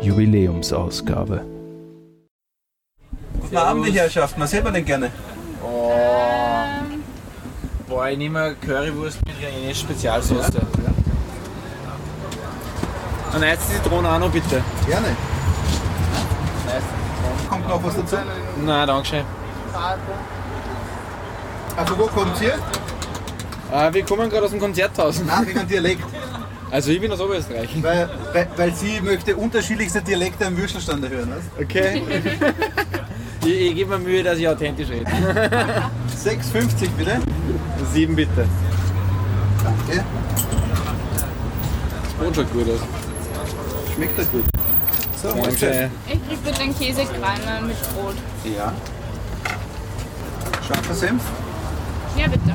Jubiläumsausgabe. Guten Abend, die Herrschaften. Was hätten wir denn gerne? Ich nehme Currywurst mit Renés Spezialsauce. Ja. Und jetzt die Zitrone auch noch, bitte. Gerne. Kommt noch was dazu? Nein, danke schön. Also wo kommt ihr? Wir kommen gerade aus dem Konzerthaus. Nein, wegen Dialekt. Also ich bin aus Oberösterreich. Weil sie möchte unterschiedlichste Dialekte am Würstelstand hören. Was? Okay. ich gebe mir Mühe, dass ich authentisch rede. 6,50 bitte. 7 bitte. Danke. Das Brot schaut gut aus. Schmeckt das gut? So, Danke. Ich krieg bitte den Käsekreiner mit Brot. Ja. Scharfer Senf? Ja, bitte.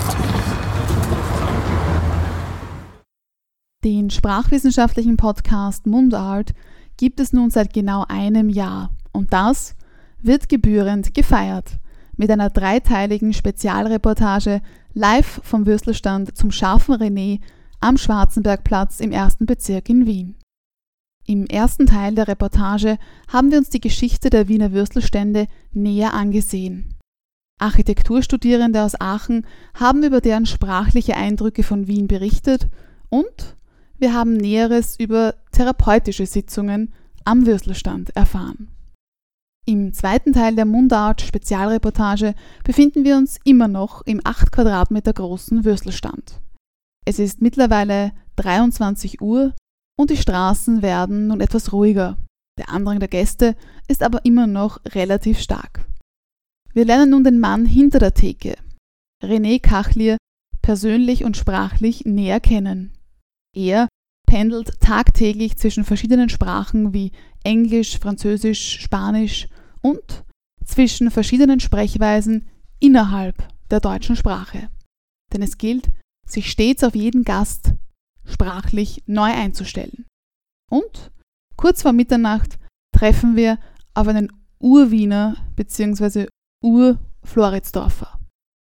Den sprachwissenschaftlichen Podcast Mundart gibt es nun seit genau einem Jahr und das wird gebührend gefeiert mit einer 3-teiligen Spezialreportage live vom Würstelstand zum scharfen René am Schwarzenbergplatz im 1. Bezirk in Wien. Im ersten Teil der Reportage haben wir uns die Geschichte der Wiener Würstelstände näher angesehen. Architekturstudierende aus Aachen haben über deren sprachliche Eindrücke von Wien berichtet und wir haben Näheres über therapeutische Sitzungen am Würstelstand erfahren. Im zweiten Teil der Mundart-Spezialreportage befinden wir uns immer noch im 8 Quadratmeter großen Würstelstand. Es ist mittlerweile 23 Uhr und die Straßen werden nun etwas ruhiger. Der Andrang der Gäste ist aber immer noch relativ stark. Wir lernen nun den Mann hinter der Theke, René Kachlier, persönlich und sprachlich näher kennen. Er pendelt tagtäglich zwischen verschiedenen Sprachen wie Englisch, Französisch, Spanisch und zwischen verschiedenen Sprechweisen innerhalb der deutschen Sprache. Denn es gilt, sich stets auf jeden Gast sprachlich neu einzustellen. Und kurz vor Mitternacht treffen wir auf einen Urwiener bzw. Ur-Floridsdorfer.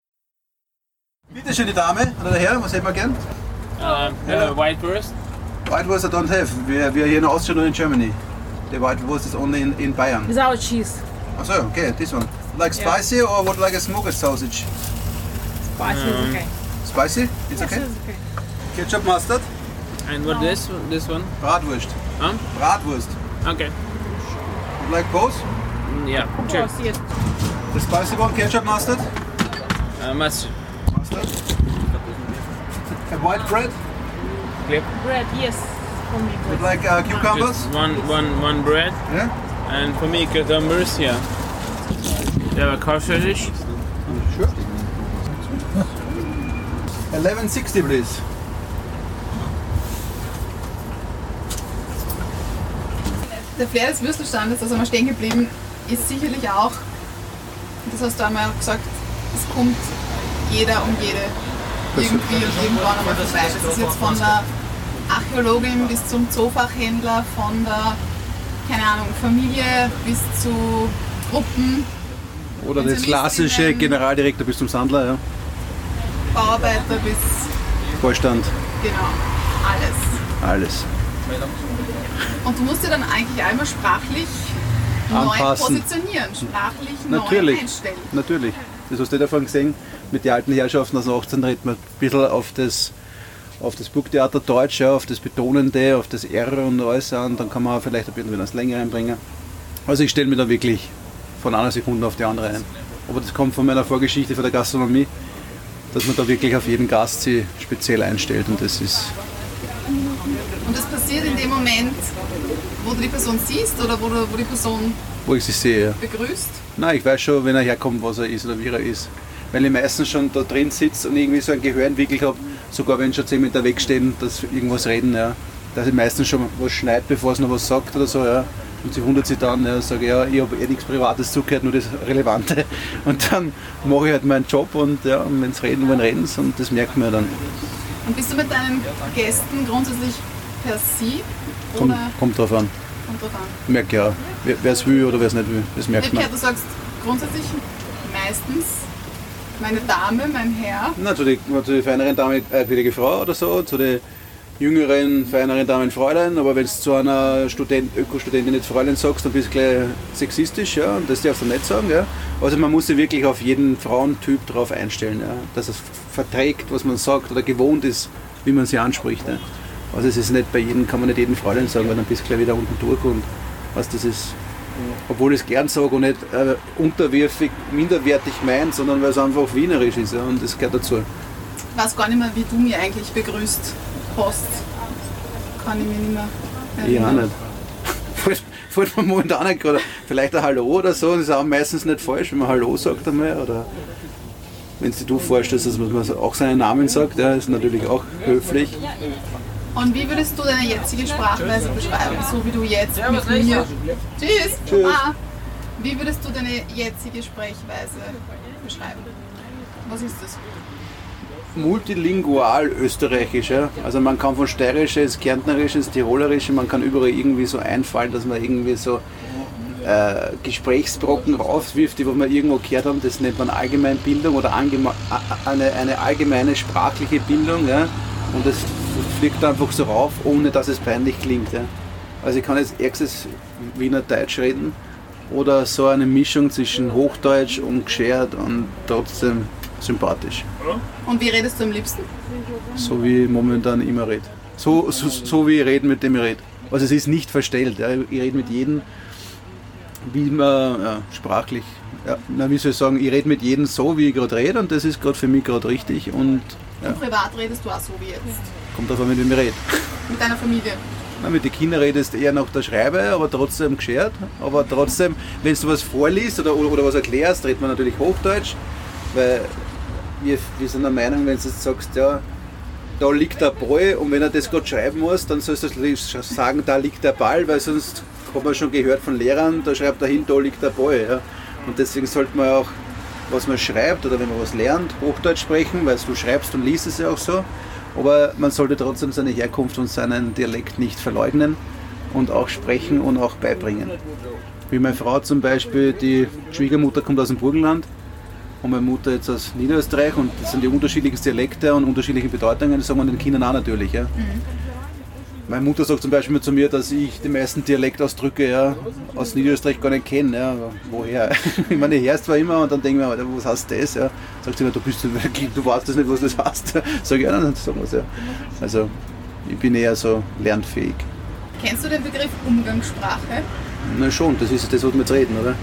Bitte schön, die Dame oder der Herr, was hätten wir gern? White Wurst. White Wurst I don't have. We are here in Austria, not in Germany. The white Wurst is only in Bayern. Without cheese. Oh, so, okay, this one. Like spicy or what, like a smoked sausage? Spicy is okay. Spicy? It's okay? Yes, it's okay. Ketchup, mustard? And what this one? Bratwurst. Huh? Bratwurst. Okay. You like both? Yeah, Of sure. course, yes. The spicy one, ketchup, mustard? Mustard. Mustard. And white bread? Clip. Bread, yes. For me, With please. like cucumbers? Just one bread. Yeah? And for me, cucumbers, yeah. You have a car sausage? Sure. 11.60 please. Der Flair des Würstelstandes, da sind wir stehen geblieben, ist sicherlich auch, das hast du einmal gesagt, es kommt jeder und jede irgendwie und irgendwann einmal vorbei. Das ist jetzt von der Archäologin bis zum Zoofachhändler, von der, keine Ahnung, Familie bis zu Gruppen, Oder das klassische Generaldirektor bis zum Sandler, ja. Bauarbeiter bis, Vorstand, genau, alles. alles. Und du musst dir dann eigentlich einmal sprachlich Anpassen. neu positionieren, sprachlich Natürlich. neu einstellen. Natürlich. Das hast du davon gesehen, mit den alten Herrschaften aus dem 18. redet man ein bisschen auf das Burgtheater Deutsch, ja, auf das Betonende, auf das R und alles an, dann kann man vielleicht ein bisschen wieder das Länger einbringen. Also ich stelle mich da wirklich von einer Sekunde auf die andere ein. Aber das kommt von meiner Vorgeschichte von der Gastronomie, dass man da wirklich auf jeden Gast sich speziell einstellt und das ist... Und das passiert in dem Moment, wo du die Person siehst oder wo die Person Wo ich sie sehe, ja. begrüßt. Nein, ich weiß schon, wenn er herkommt, was er ist oder wie er ist. Weil ich meistens schon da drin sitze und irgendwie so ein Gehör entwickelt habe, sogar wenn schon 10 Meter wegstehen, dass wir irgendwas reden, ja. Dass ich meistens schon was schneidet, bevor es noch was sagt oder so, ja. Und sie wundert sich dann, ja, sage ja, ich habe nichts Privates zugehört, nur das Relevante. Und dann mache ich halt meinen Job und ja, wenn sie reden, wollen reden sie und das merkt man ja dann. Und bist du mit deinen Gästen grundsätzlich per Sie? Oder Kommt drauf an. kommt drauf an? Ich merke ja, wer es will oder wer es nicht will, das Ich merkt habe man. gehört, du sagst grundsätzlich meistens meine Dame, mein Herr. Na, zu den feineren Damen gnädige Frau oder so, zu den jüngeren, feineren Damen Fräulein, aber wenn du zu einer Öko-Studentin nicht Fräulein sagst, dann bist du gleich sexistisch, ja, und das darfst du nicht sagen. Ja. Also man muss sich wirklich auf jeden Frauentyp drauf einstellen, ja, dass es verträgt, was man sagt oder gewohnt ist, wie man sie anspricht. Ja. Also es ist nicht bei jedem, kann man nicht jedem Fräulein sagen, weil dann bist du gleich wieder unten durch und was das ist. Obwohl ich es gern sage und nicht unterwürfig, minderwertig meine, sondern weil es einfach wienerisch ist, ja, und das gehört dazu. Ich weiß gar nicht mehr, wie du mich eigentlich begrüßt hast. Kann ich mich nicht mehr erinnern. Ich auch nicht. Fällt mir momentan nicht gerade. Vielleicht ein Hallo oder so, das ist auch meistens nicht falsch, wenn man Hallo sagt einmal. Oder wenn du vorstellst, dass man auch seinen Namen sagt, ja, ist natürlich auch höflich. Und wie würdest du deine jetzige Sprachweise beschreiben, so wie du jetzt mit mir... Tschüss! Tschüss. Wie würdest du deine jetzige Sprechweise beschreiben? Was ist das? Multilingual österreichisch. Ja? Also man kann von Steirische ins Kärntnerische, ins Tirolerische, man kann überall irgendwie so einfallen, dass man irgendwie so Gesprächsbrocken rauswirft, die wir irgendwo gehört haben. Das nennt man Allgemeinbildung oder eine allgemeine sprachliche Bildung. Ja? Und das fliegt einfach so rauf, ohne dass es peinlich klingt. Ja? Also ich kann jetzt erstes Wiener Deutsch reden oder so eine Mischung zwischen Hochdeutsch und geschert und trotzdem sympathisch. Und wie redest du am liebsten? So wie ich momentan immer rede. So wie ich rede, mit dem ich rede. Also es ist nicht verstellt. Ja. Ich rede mit jedem, wie man sprachlich, wie soll ich sagen, ich rede mit jedem so, wie ich gerade rede und das ist gerade für mich gerade richtig. Und privat redest du auch so wie jetzt? Kommt davon, mit wem ich rede. Mit deiner Familie? Na, mit den Kindern redest du eher nach der Schreibe, aber trotzdem geschert. Aber trotzdem, wenn du was vorliest oder was erklärst, redet man natürlich Hochdeutsch, weil wir sind der Meinung, wenn du jetzt sagst, ja, da liegt der Ball und wenn er das gerade schreiben muss, dann sollst du sagen, da liegt der Ball, weil sonst hat man schon gehört von Lehrern, da schreibt er hin, da liegt der Ball. Ja. Und deswegen sollte man auch, was man schreibt oder wenn man was lernt, Hochdeutsch sprechen, weil du schreibst und liest es ja auch so. Aber man sollte trotzdem seine Herkunft und seinen Dialekt nicht verleugnen und auch sprechen und auch beibringen. Wie meine Frau zum Beispiel, die Schwiegermutter kommt aus dem Burgenland und meine Mutter jetzt aus Niederösterreich und das sind die unterschiedlichsten Dialekte und unterschiedliche Bedeutungen, das sagen wir den Kindern auch natürlich. Ja. Meine Mutter sagt zum Beispiel zu mir, dass ich die meisten Dialektausdrücke aus Niederösterreich gar nicht kenne. Ja. Woher? Ich meine, ich höre es zwar immer und dann denke ich mir, was heißt das? Ja. Sagt sie mir, du weißt das nicht, was das heißt. Sag ich, ja, dann sagen wir es. Ja. Also ich bin eher so lernfähig. Kennst du den Begriff Umgangssprache? Na schon, das ist das, was wir jetzt reden, oder?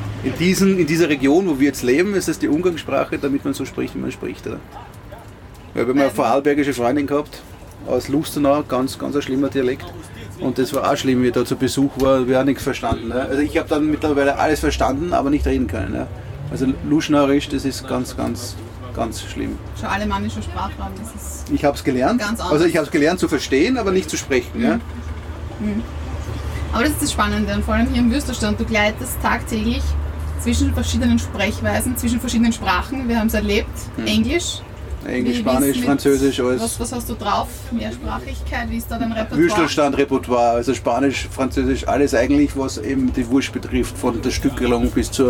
In dieser Region, wo wir jetzt leben, ist es die Umgangssprache, damit man so spricht, wie man spricht. Oder? Ja, wir haben eine vorarlbergische Freundin gehabt, aus Lustenau, ganz ein schlimmer Dialekt. Und das war auch schlimm, wie ich da zu Besuch war, wir haben nichts verstanden. Ja? Also ich habe dann mittlerweile alles verstanden, aber nicht reden können. Ja? Also Luschnauerisch, das ist ganz schlimm. Schon alemannischer Sprachraum, das ist ich habe es gelernt, ganz anders. also ich habe es gelernt zu verstehen, aber nicht zu sprechen. Ja? Aber das ist das Spannende, und vor allem hier im Würstelstand, du gleitest tagtäglich zwischen verschiedenen Sprechweisen, zwischen verschiedenen Sprachen. Wir haben es erlebt, Englisch, Spanisch, Französisch, alles. Was hast du drauf? Mehrsprachigkeit, wie ist da dein Repertoire? Würstelstand-Repertoire, also Spanisch, Französisch, alles eigentlich, was eben die Wurst betrifft, von der Stückelung bis zur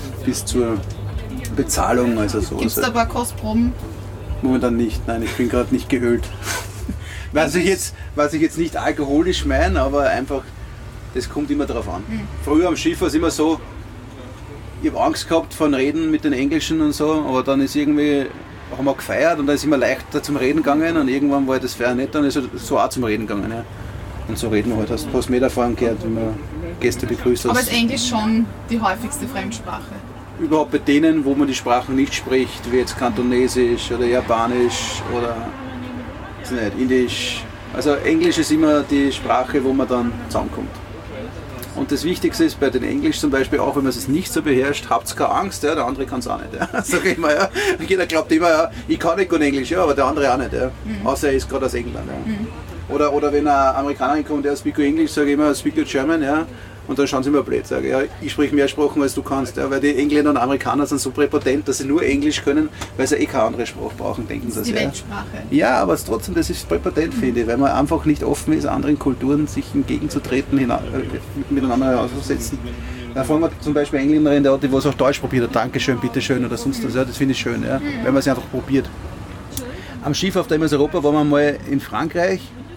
Bezahlung. Also so. Gibt es da ein paar Kostproben? Momentan nicht, nein, ich bin gerade nicht geölt. Was ich jetzt nicht alkoholisch meine, aber einfach, das kommt immer drauf an. Früher am Schiff war es immer so, ich habe Angst gehabt von Reden mit den Englischen und so, aber dann ist irgendwie, haben wir gefeiert und dann ist immer leichter zum Reden gegangen und irgendwann war das Feier nicht, dann ist so auch zum Reden gegangen. Ja. Und so reden wir halt, hast du mehr davon gehört, wenn man Gäste begrüßt. Aber ist Englisch schon die häufigste Fremdsprache? Überhaupt bei denen, wo man die Sprachen nicht spricht, wie jetzt Kantonesisch oder Japanisch oder nicht, Indisch. Also Englisch ist immer die Sprache, wo man dann zusammenkommt. Und das Wichtigste ist bei den Englisch zum Beispiel, auch wenn man es nicht so beherrscht, habt keine Angst, ja, der andere kann es auch nicht. Ja. Sag ich immer, ja. Jeder glaubt immer, ja, ich kann nicht gut Englisch, ja, aber der andere auch nicht. Ja. Außer er ist gerade aus England. Ja. Oder wenn ein Amerikaner kommt, der speak English, sage ich immer, speak German, ja. Und dann schauen sie immer blöd, sage ich, ja, ich spreche mehr Sprachen als du kannst, ja, weil die Engländer und Amerikaner sind so präpotent, dass sie nur Englisch können, weil sie keine andere Sprache brauchen, denken sie. Das ist die Weltsprache. Ja, aber trotzdem, das ist präpotent, finde ich, weil man einfach nicht offen ist, anderen Kulturen sich entgegenzutreten, miteinander auszusetzen. Da fangen wir zum Beispiel Engländerin, die was auch Deutsch probiert hat, Dankeschön, bitteschön oder sonst was, ja, das finde ich schön, ja, weil man es einfach probiert. Am Schiff auf der MS Europa waren wir mal in Frankreich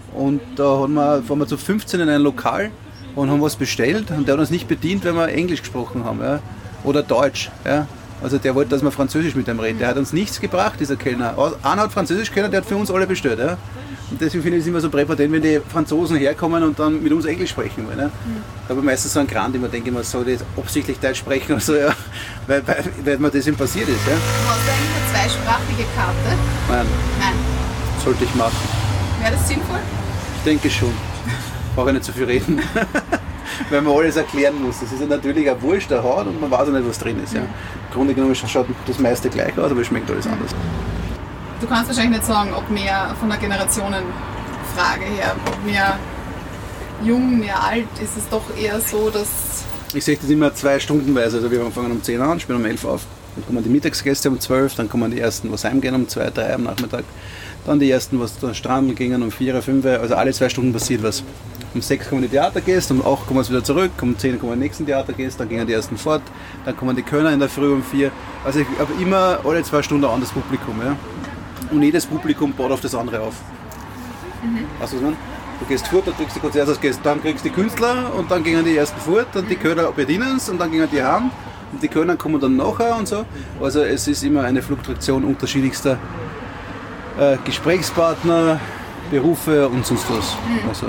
und da waren wir zu 15 in ein Lokal und haben was bestellt und der hat uns nicht bedient, wenn wir Englisch gesprochen haben, ja? Oder Deutsch. Ja? Also der wollte, dass wir Französisch mit ihm reden. Der hat uns nichts gebracht, dieser Kellner. Einer hat Französisch können, der hat für uns alle bestellt. Ja? Und deswegen finde ich es immer so präpotent, wenn die Franzosen herkommen und dann mit uns Englisch sprechen wollen. Ja? Da habe ich meistens so einen Grand, den man denkt, man soll jetzt absichtlich Deutsch sprechen oder so, ja? weil mir das eben passiert ist. Ja? Hast du eigentlich eine zweisprachige Karte? Nein, Nein. sollte ich machen. Wäre das sinnvoll? Ich denke schon. Brauche ich nicht so viel reden. Weil man alles erklären muss. Das ist ja natürlich ein Wurst, der Haut und man weiß auch nicht, was drin ist. Ja. Im Grunde genommen schaut das meiste gleich aus, aber es schmeckt alles anders. Du kannst wahrscheinlich nicht sagen, ob mehr von der Generationenfrage her, ob mehr jung, mehr alt, ist es doch eher so, dass... Ich sehe das immer 2 stundenweise. Also wir fangen um 10 an, spielen um 11 auf. Dann kommen die Mittagsgäste um 12, dann kommen die ersten, was heimgehen um 2, 3 am Nachmittag. Dann die ersten, was da Strand gingen um 4, 5, also alle 2 Stunden passiert was. Um 6 kommen die Theatergäste, um 8 kommen sie wieder zurück, um 10 kommen die nächsten Theatergäste, dann gingen die ersten fort, dann kommen die Kölner in der Früh um 4. Also ich habe immer alle 2 Stunden ein anderes Publikum. Ja? Und jedes Publikum baut auf das andere auf. Weißt du, was ich meine? Du gehst fort, dann kriegst du kurz erst Gäste, dann kriegst du die Künstler und dann gingen die ersten fort, dann die Kölner bedienen es und dann gingen die heim und die Kölner kommen dann nachher und so. Also es ist immer eine Fluktuation unterschiedlichster Gesprächspartner, Berufe und sonst was. Also.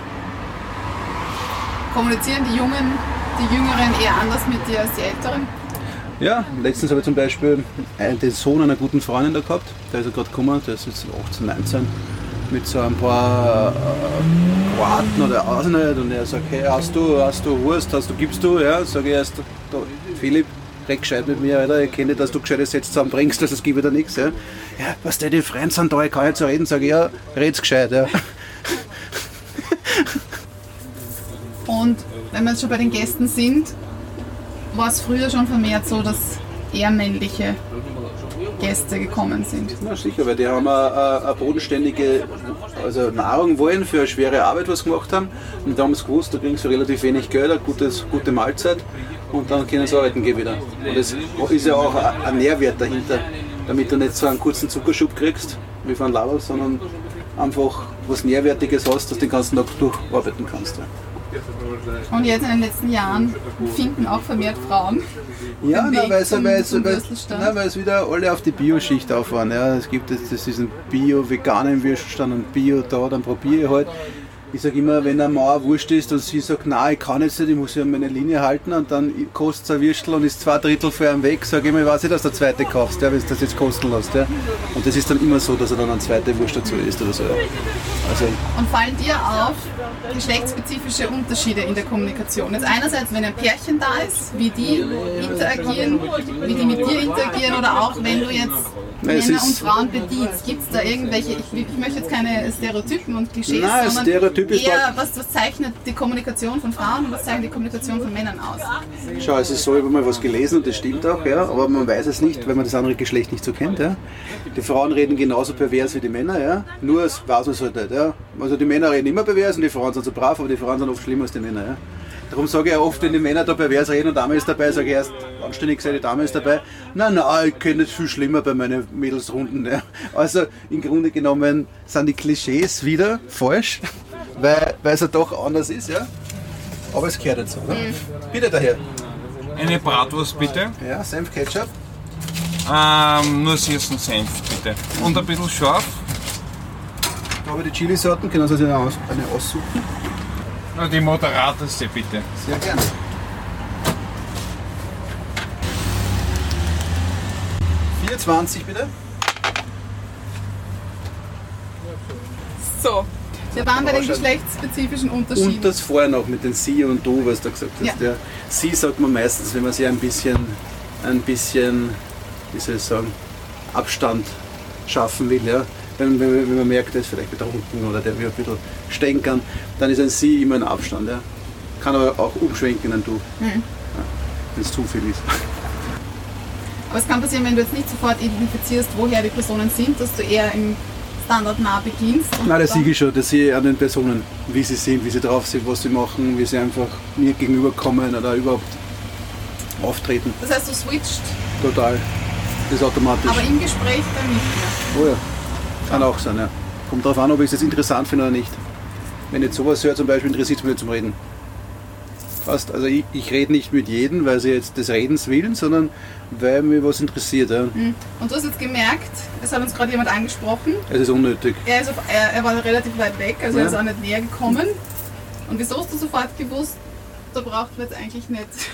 Kommunizieren die Jüngeren eher anders mit dir als die Älteren? Ja, letztens habe ich zum Beispiel den Sohn einer guten Freundin da gehabt, der ist ja gerade gekommen, der ist jetzt 18, 19, mit so ein paar Kroaten oder auch nicht und er sagt, hey, hast du Wurst, gibst du? Ja, sage ich erst, da, Philipp, red gescheit mit mir, Alter, ich kenne, dass du gescheite Sätze zusammenbringst, das gebe ich dir nichts. Ja, ja, was die Freunde sind da, ich kann nicht so reden, sage ich, ja, red's gescheit. Ja. Und wenn wir jetzt schon bei den Gästen sind, war es früher schon vermehrt so, dass eher männliche Gäste gekommen sind. Na sicher, weil die haben eine bodenständige Nahrung wollen, für eine schwere Arbeit was gemacht haben. Und da haben sie gewusst, da kriegen sie relativ wenig Geld, eine gute Mahlzeit und dann können sie arbeiten gehen wieder. Und es ist ja auch ein Nährwert dahinter, damit du nicht so einen kurzen Zuckerschub kriegst, wie von Laberl, sondern einfach was Nährwertiges hast, dass du den ganzen Tag durcharbeiten kannst. Ja. Und jetzt in den letzten Jahren finden auch vermehrt Frauen. Ja, weil es wieder alle auf die Bio-Schicht auffahren. Ja. Es gibt jetzt diesen Bio-veganen Würstelstand und Bio da, dann probiere ich halt. Ich sage immer, wenn eine Mauer wurscht ist und sie sagt, nein, ich kann jetzt nicht, ich muss ja meine Linie halten und dann kostet es ein Würstel und ist 2/3 für einen weg, sage ich immer, ich weiß nicht, dass du eine zweite kaufst, ja, wenn du das jetzt kosten lässt. Ja. Und das ist dann immer so, dass er dann eine zweite Wurst dazu isst oder so. Ja. Also, und fallen dir auf geschlechtsspezifische Unterschiede in der Kommunikation? Jetzt einerseits, wenn ein Pärchen da ist, wie die interagieren, wie die mit dir interagieren oder auch wenn du jetzt Männer und Frauen bedienst. Gibt es da irgendwelche, ich möchte jetzt keine Stereotypen und Klischees, sondern eher, was zeichnet die Kommunikation von Frauen und was zeichnet die Kommunikation von Männern aus? Schau, es ist so, ich habe mal was gelesen und das stimmt auch, ja, aber man weiß es nicht, weil man das andere Geschlecht nicht so kennt. Ja. Die Frauen reden genauso pervers wie die Männer, ja. Nur weiß man es halt nicht. Ja. Also die Männer reden immer pervers und die Frauen sind so brav, aber die Frauen sind oft schlimmer als die Männer. Ja. Darum sage ich auch oft, wenn die Männer da pervers reden und Dame ist dabei, sage ich erst anständig gesagt, die Dame ist dabei. Nein, ich kenne es viel schlimmer bei meinen Mädelsrunden. Ja. Also im Grunde genommen sind die Klischees wieder falsch, weil es ja doch anders ist. Ja. Aber es gehört dazu. Oder? Bitte daher. Eine Bratwurst bitte. Ja, Senf, Ketchup. Nur süßen Senf bitte. Und ein bisschen scharf. Da habe ich die Chilisorten, können Sie sich eine aussuchen? Die moderateste bitte. Sehr gerne. $4,20 bitte. So, wir waren bei den geschlechtsspezifischen Unterschieden. Und das vorher noch mit den Sie und Du, was du gesagt hast. Ja. Der Sie sagt man meistens, wenn man sich ein bisschen, wie soll ich sagen, Abstand schaffen will. Ja? Wenn man merkt, der ist vielleicht betrunken oder der will ein bisschen stänkern, dann ist ein Sie immer ein Abstand. Ja? Kann aber auch umschwenken in ein Du, ja, wenn es zu viel ist. Aber es kann passieren, wenn du jetzt nicht sofort identifizierst, woher die Personen sind, dass du eher im standardnah beginnst. Nein, das sehe ich schon, das sehe ich an den Personen, wie sie sind, wie sie drauf sind, was sie machen, wie sie einfach mir gegenüberkommen oder überhaupt auftreten. Das heißt, du switcht? Total, das ist automatisch. Aber im Gespräch dann nicht mehr? Oh ja, kann auch sein, ja. Kommt darauf an, ob ich es jetzt interessant finde oder nicht. Wenn ich sowas höre, zum Beispiel, interessiert es mich nicht zum Reden. Fast. Also ich rede nicht mit jedem, weil sie jetzt des Redens willen, sondern weil mich was interessiert. Ja. Und du hast jetzt gemerkt, es hat uns gerade jemand angesprochen. Es ist unnötig. Er war relativ weit weg, also er ist auch nicht näher gekommen. Und wieso hast du sofort gewusst, da braucht man jetzt eigentlich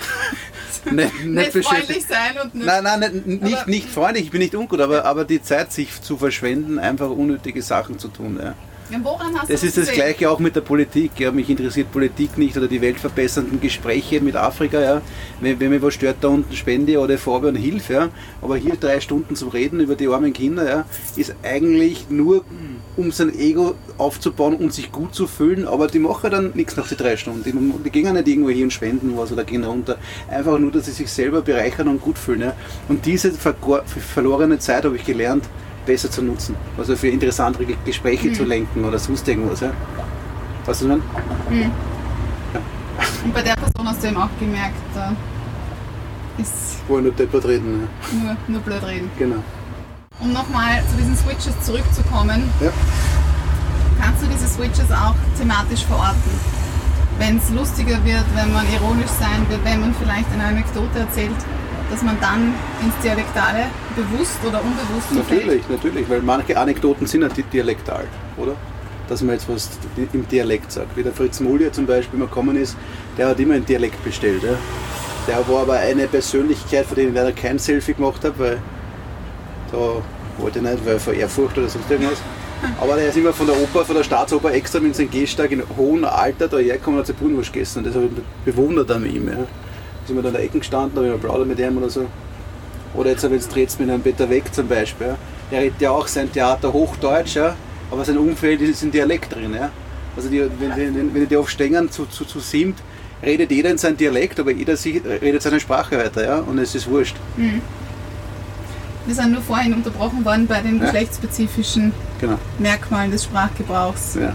nicht freundlich sein und nicht... Nein, nicht freundlich, ich bin nicht ungut, aber die Zeit, sich zu verschwenden, einfach unnötige Sachen zu tun. Ja. Ja, woran hast das du ist das Gleiche auch mit der Politik. Ja. Mich interessiert Politik nicht oder die weltverbessernden Gespräche mit Afrika. Ja. Wenn mich was stört, da unten spende oder Farbe und Hilfe. Ja. Aber hier 3 Stunden zu reden über die armen Kinder, ja, ist eigentlich nur, um sein Ego aufzubauen und sich gut zu fühlen. Aber die machen dann nichts nach den 3 Stunden. Die gehen ja nicht irgendwo hier und spenden was oder gehen runter. Einfach nur, dass sie sich selber bereichern und gut fühlen. Ja. Und diese verlorene Zeit habe ich gelernt, besser zu nutzen. Also für interessantere Gespräche zu lenken oder sonst irgendwas. Ja. Weißt du, was ich meine? Ja. Und bei der Person hast du eben auch gemerkt, da ist nur deppert reden. Ja. Nur blöd reden. Genau. Um nochmal zu diesen Switches zurückzukommen, ja. Kannst du diese Switches auch thematisch verorten? Wenn es lustiger wird, wenn man ironisch sein wird, wenn man vielleicht eine Anekdote erzählt, dass man dann ins Dialektale bewusst oder unbewusst Natürlich, weil manche Anekdoten sind ja dialektal, oder? Dass man jetzt was im Dialekt sagt. Wie der Fritz Mulier zum Beispiel mal gekommen ist, der hat immer in Dialekt bestellt. Ja? Der war aber eine Persönlichkeit, von der ich leider kein Selfie gemacht habe, weil da wollte ich nicht, weil vor Ehrfurcht oder sonst irgendwas. Aber der ist immer von der Staatsoper extra mit seinem Gehsteig in hohem Alter da hergekommen und hat sich Brunwurst gegessen. Und das habe ich bewundert an ihm. Ja. Sind wir da an der Ecke gestanden, habe ich mal plaudert mit ihm oder so. Oder jetzt, wenn du redest mit einem Peter Weg zum Beispiel. Ja. Der redet ja auch sein Theater Hochdeutsch, ja, aber sein Umfeld ist in Dialekt drin. Ja. Also wenn die aufstehen zu 7, redet jeder in seinem Dialekt, aber jeder redet seine Sprache weiter. Ja, und es ist wurscht. Mhm. Wir sind nur vorhin unterbrochen worden bei den geschlechtsspezifischen Merkmalen des Sprachgebrauchs. Ja.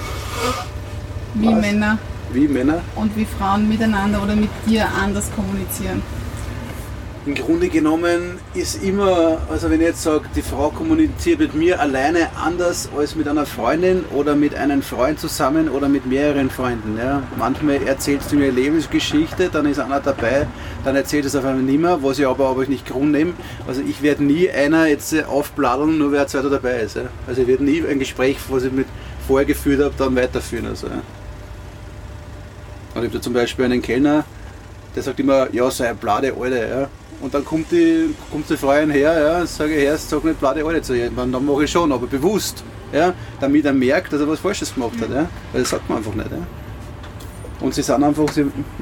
Wie Männer und wie Frauen miteinander oder mit dir anders kommunizieren. Im Grunde genommen ist immer, also wenn ich jetzt sage, die Frau kommuniziert mit mir alleine anders als mit einer Freundin oder mit einem Freund zusammen oder mit mehreren Freunden. Ja. Manchmal erzählt sie mir eine Lebensgeschichte, dann ist einer dabei, dann erzählt es auf einmal nicht mehr, was ich aber nicht Grund nehme. Also ich werde nie einer jetzt aufbladdeln, nur weil ein zweiter dabei ist. Ja. Also ich werde nie ein Gespräch, was ich mit vorher geführt habe, dann weiterführen. Also, ja. Und ich habe da zum Beispiel einen Kellner, der sagt immer, ja, sei ein blade Alte. Ja. Und dann kommt die Freundin her, ja, sage ich, sag nicht blade Alte zu ihr. Dann mache ich schon, aber bewusst, ja, damit er merkt, dass er was Falsches gemacht hat. Ja. Weil das sagt man einfach nicht. Ja. Und sie sind einfach,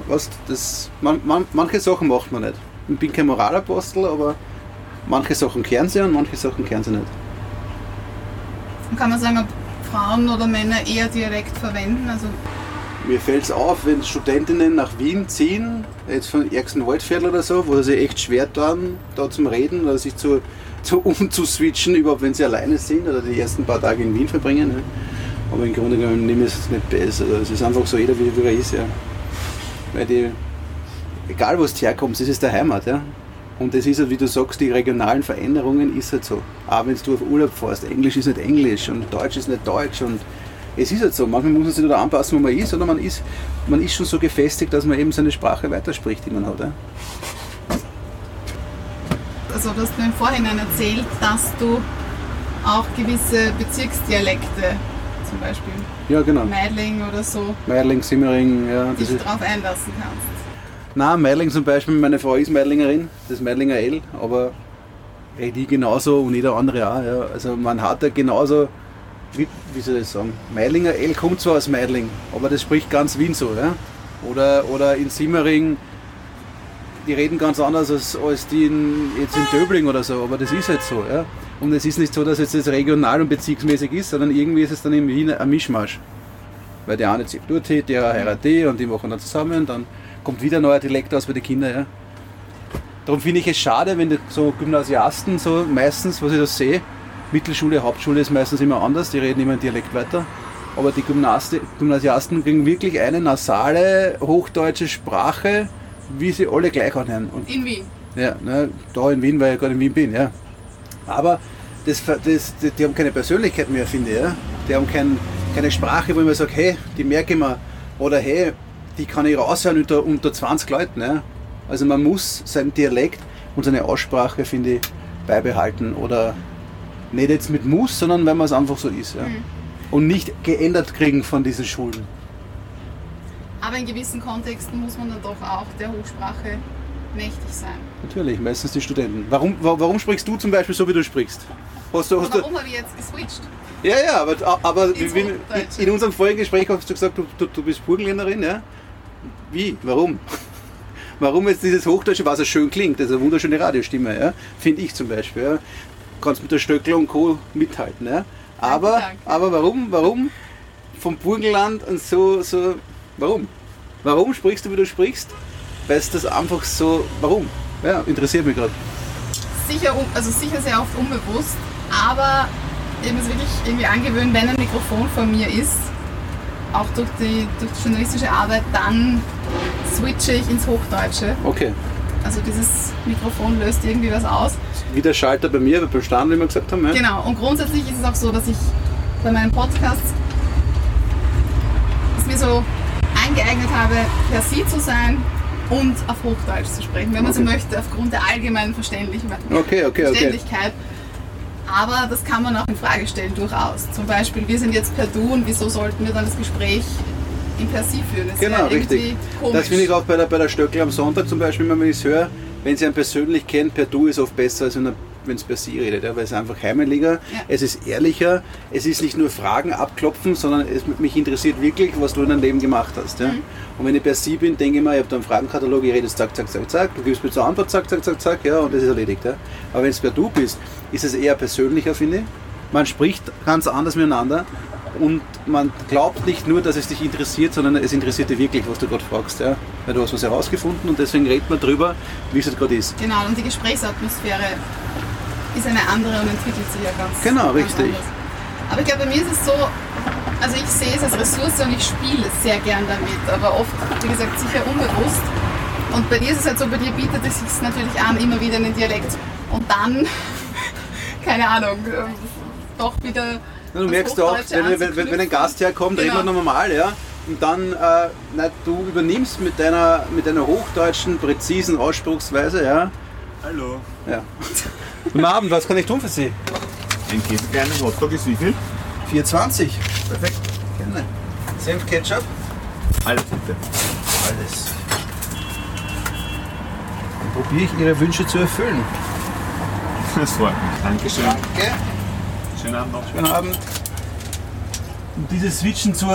manche Sachen macht man nicht. Ich bin kein Moralapostel, aber manche Sachen kehren sie und manche Sachen kehren sie nicht. Und kann man sagen, ob Frauen oder Männer eher Dialekt verwenden? Also mir fällt es auf, wenn Studentinnen nach Wien ziehen, jetzt von Erxenwaldviertel oder so, wo sie echt schwer tun, da zum Reden oder sich umzuswitchen, überhaupt wenn sie alleine sind oder die ersten paar Tage in Wien verbringen. Ne? Aber im Grunde genommen nehme ich es nicht besser. Also es ist einfach so, jeder wie er ist. Ja. Weil egal wo es herkommt, das ist der Heimat. Ja. Und das ist halt, wie du sagst, die regionalen Veränderungen ist halt so. Auch wenn du auf Urlaub fährst, Englisch ist nicht Englisch und Deutsch ist nicht Deutsch. Und es ist halt so, manchmal muss man sich da anpassen, wo man ist, oder man ist schon so gefestigt, dass man eben seine Sprache weiterspricht, die man hat. Ja? Also du hast mir im Vorhinein erzählt, dass du auch gewisse Bezirksdialekte, zum Beispiel Meidling oder so, Meidling, Simmering, ja, dich darauf einlassen kannst. Nein, Meidling zum Beispiel, meine Frau ist Meidlingerin, das Meidlinger L, aber die genauso und jeder andere auch. Ja. Also man hat ja genauso, wie soll ich sagen, Meidlinger L kommt zwar aus Meidling, aber das spricht ganz Wien so. Ja. Oder in Simmering, die reden ganz anders als die jetzt in Döbling oder so, aber das ist halt so. Ja. Und es ist nicht so, dass jetzt das regional und bezirksmäßig ist, sondern irgendwie ist es dann in Wien ein Mischmasch. Weil der eine zieht dort hin, der heiratet die und die machen dann zusammen, dann kommt wieder ein neuer Dialekt aus bei den Kindern. Ja. Darum finde ich es schade, wenn die so Gymnasiasten, so meistens, was ich da sehe, Mittelschule, Hauptschule ist meistens immer anders, die reden immer in Dialekt weiter. Aber die Gymnasiasten kriegen wirklich eine nasale, hochdeutsche Sprache, wie sie alle gleich anhören. Und in Wien? Ja, ne, da in Wien, weil ich gerade in Wien bin, ja. Aber die haben keine Persönlichkeit mehr, finde ich. Ja. Die haben keine Sprache, wo ich mir sage, hey, die merke ich mir. Oder hey, die kann ich raushören unter 20 Leuten. Ja. Also man muss seinen Dialekt und seine Aussprache, finde ich, beibehalten. Oder nicht jetzt mit Muss, sondern weil man es einfach so ist. Ja. Und nicht geändert kriegen von diesen Schulen. Aber in gewissen Kontexten muss man dann doch auch der Hochsprache mächtig sein. Natürlich, meistens die Studenten. Warum sprichst du zum Beispiel so, wie du sprichst? Warum habe ich jetzt geswitcht? Ja, aber Ins in unserem vorigen Gespräch hast du gesagt, du bist Burgenländerin, ja? Wie? Warum? Warum jetzt dieses Hochdeutsche, was ja schön klingt, das ist eine wunderschöne Radiostimme, ja? Finde ich zum Beispiel. Ja? Kannst mit der Stöckler und Co. mithalten. Ja? Aber warum vom Burgenland und so, warum? Warum sprichst du, wie du sprichst? Weil es das einfach so, warum? Ja, interessiert mich gerade. Sicher sehr oft unbewusst, aber ich muss wirklich irgendwie angewöhnen, wenn ein Mikrofon vor mir ist, auch durch die journalistische Arbeit, dann switche ich ins Hochdeutsche. Okay. Also dieses Mikrofon löst irgendwie was aus. Wie der Schalter bei mir, beim Stand, wie wir gesagt haben. Ja? Genau, und grundsätzlich ist es auch so, dass ich bei meinen Podcasts es mir so eingeeignet habe, per Sie zu sein und auf Hochdeutsch zu sprechen, wenn man so möchte, aufgrund der allgemeinen Verständlichkeit. Aber das kann man auch in Frage stellen, durchaus. Zum Beispiel, wir sind jetzt per Du und wieso sollten wir dann das Gespräch in per Sie führen? Das genau, richtig. Komisch. Das finde ich auch bei der Stöckl am Sonntag zum Beispiel, wenn ich es höre, wenn sie einen persönlich kennt, per Du ist oft besser, als wenn es per Sie redet, ja, weil es einfach heimeliger, es ist ehrlicher, es ist nicht nur Fragen abklopfen, sondern mich interessiert wirklich, was du in deinem Leben gemacht hast. Ja. Und wenn ich per Sie bin, denke ich mir, ich habe da einen Fragenkatalog, ich rede jetzt zack, zack, zack, zack, du gibst mir zur Antwort, zack, zack, zack, zack, ja, und das ist erledigt. Ja. Aber wenn es per Du bist, ist es eher persönlicher, finde ich. Man spricht ganz anders miteinander und man glaubt nicht nur, dass es dich interessiert, sondern es interessiert dich wirklich, was du gerade fragst. Ja. Weil du hast was herausgefunden und deswegen redet man drüber, wie es halt gerade ist. Genau, und die Gesprächsatmosphäre ist eine andere und entwickelt sich ja ganz Genau, richtig. Anders. Aber ich glaube, bei mir ist es so, also ich sehe es als Ressource und ich spiele sehr gern damit, aber oft, wie gesagt, sicher unbewusst. Und bei dir ist es halt so, bei dir bietet es sich natürlich an, immer wieder einen Dialekt und dann, keine Ahnung, doch wieder. Ja, du merkst auch, wenn ein Gast herkommt, reden wir noch normal, ja. Und dann, du übernimmst mit deiner hochdeutschen, präzisen Ausspruchsweise, ja. Hallo. Ja. Guten Abend, was kann ich tun für Sie? Ein Käsekleinen Hotdog ist wie viel? 4,20. Perfekt. Gerne. Senf, Ketchup? Alles bitte. Alles. Dann probiere ich Ihre Wünsche zu erfüllen. Das freut mich. Dankeschön. Danke. Schönen Abend noch. Schönen Abend. Um dieses Switchen zu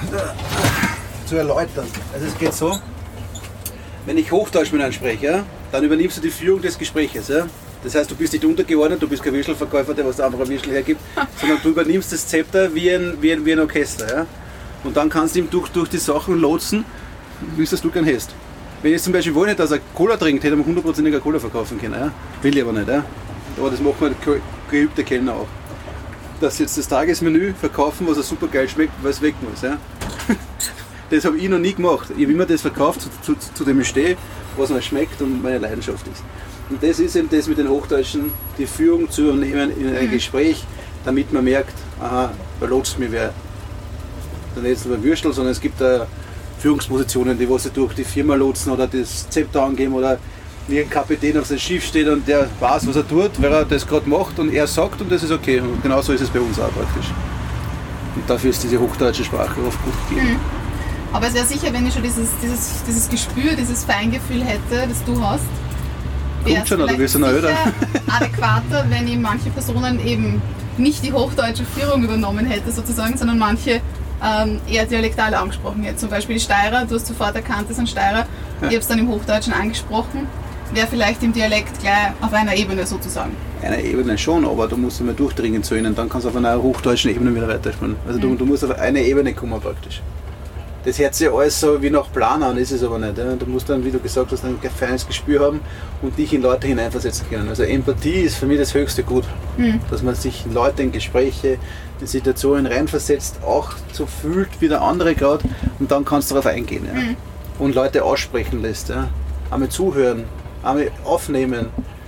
erläutern. Also es geht so, wenn ich Hochdeutsch mit einem spreche, ja, dann übernimmst du die Führung des Gespräches. Ja? Das heißt, du bist nicht untergeordnet, du bist kein Würstelverkäufer, der was einfach ein Würstel hergibt, sondern du übernimmst das Zepter wie ein Orchester. Ja? Und dann kannst du ihm durch die Sachen lotsen, wie es du gern hast. Wenn ich jetzt zum Beispiel wollte nicht, dass er Cola trinkt, hätte man 100%iger Cola verkaufen können. Ja? Will ich aber nicht. Ja? Aber das machen geübte Kellner auch. Dass sie jetzt das Tagesmenü verkaufen, was er super geil schmeckt, weil es weg muss. Ja? Das habe ich noch nie gemacht. Ich habe immer das verkauft, zu dem ich stehe, was mir schmeckt und meine Leidenschaft ist. Und das ist eben das mit den Hochdeutschen, die Führung zu übernehmen in ein Gespräch, damit man merkt, aha, da lotst mich wer. Dann nicht nur Würstel, sondern es gibt da Führungspositionen, die was sie durch die Firma lotsen oder das Zepter angeben oder wie ein Kapitän auf sein Schiff steht und der weiß, was er tut, weil er das gerade macht und er sagt und das ist okay. Und genauso ist es bei uns auch praktisch. Und dafür ist diese hochdeutsche Sprache oft gut gegeben. Aber es wäre sicher, wenn ich schon dieses Gespür, dieses Feingefühl hätte, das du hast, wäre es vielleicht adäquater, wenn ich manche Personen eben nicht die hochdeutsche Führung übernommen hätte sozusagen, sondern manche eher dialektal angesprochen hätte. Zum Beispiel die Steirer, du hast sofort erkannt, das sind Steirer, ja. Ich habe es dann im Hochdeutschen angesprochen, wäre vielleicht im Dialekt gleich auf einer Ebene sozusagen. Einer Ebene schon, aber du musst immer durchdringen zu ihnen, dann kannst du auf einer hochdeutschen Ebene wieder weiterspielen. Also du musst auf eine Ebene kommen praktisch. Das hört sich alles so wie nach Plan an, ist es aber nicht. Ja. Du musst dann, wie du gesagt hast, ein feines Gespür haben und dich in Leute hineinversetzen können. Also Empathie ist für mich das höchste Gut. Dass man sich in Leute, in Gespräche, in Situationen reinversetzt, auch so fühlt wie der andere gerade und dann kannst du darauf eingehen. Ja. Und Leute aussprechen lässt. Ja. Einmal zuhören, einmal aufnehmen,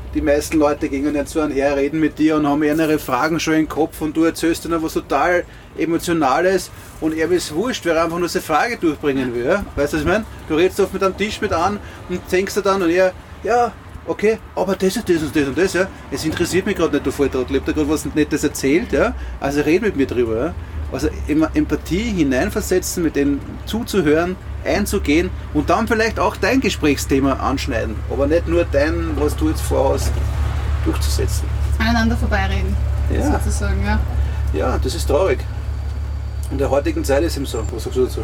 die meisten Leute gehen nicht so her, reden mit dir und haben ihre Fragen schon im Kopf und du erzählst ihnen was total Emotionales und er ist wurscht, wer einfach nur seine Frage durchbringen will. Ja? Weißt du, was ich meine? Du redest oft mit einem Tisch mit an und denkst dir dann und er, ja, okay, aber das und das und das und das, ja. Es interessiert mich gerade nicht, du Volltrottel, ich hab da gerade was Nettes erzählt, ja. Also red mit mir drüber, ja. Also immer Empathie hineinversetzen, mit denen zuzuhören, einzugehen und dann vielleicht auch dein Gesprächsthema anschneiden, aber nicht nur dein, was du jetzt vorhast, durchzusetzen. Aneinander vorbeireden, Ja. sozusagen, ja. Ja, das ist traurig. In der heutigen Zeit ist es so. Was sagst du dazu?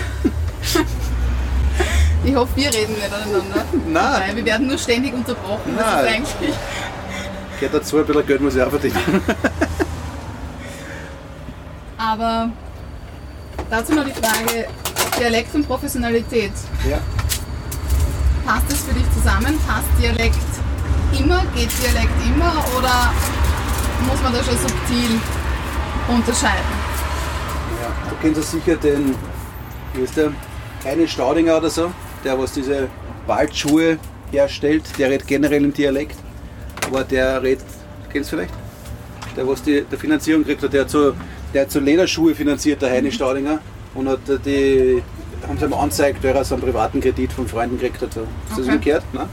Ich hoffe, wir reden nicht aneinander. Nein. Weil wir werden nur ständig unterbrochen. Das Nein. ist eigentlich. Geht dazu, ein bisschen Geld muss ich auch verdienen. Aber dazu noch die Frage, Dialekt und Professionalität. Ja. Passt das für dich zusammen? Passt Dialekt immer? Geht Dialekt immer? Oder muss man da schon subtil unterscheiden? Ja, du kennst ja sicher den, wie ist der, Heine Staudinger oder so, der was diese Waldschuhe herstellt, der redet generell im Dialekt, aber der redet, kennst du vielleicht? Der was die Finanzierung kriegt, der hat so Lederschuhe finanziert, der Heine Staudinger, und hat die, haben sie ihm angezeigt, weil er so einen privaten Kredit von Freunden gekriegt hat. So. Hast du das mal gehört? Nein?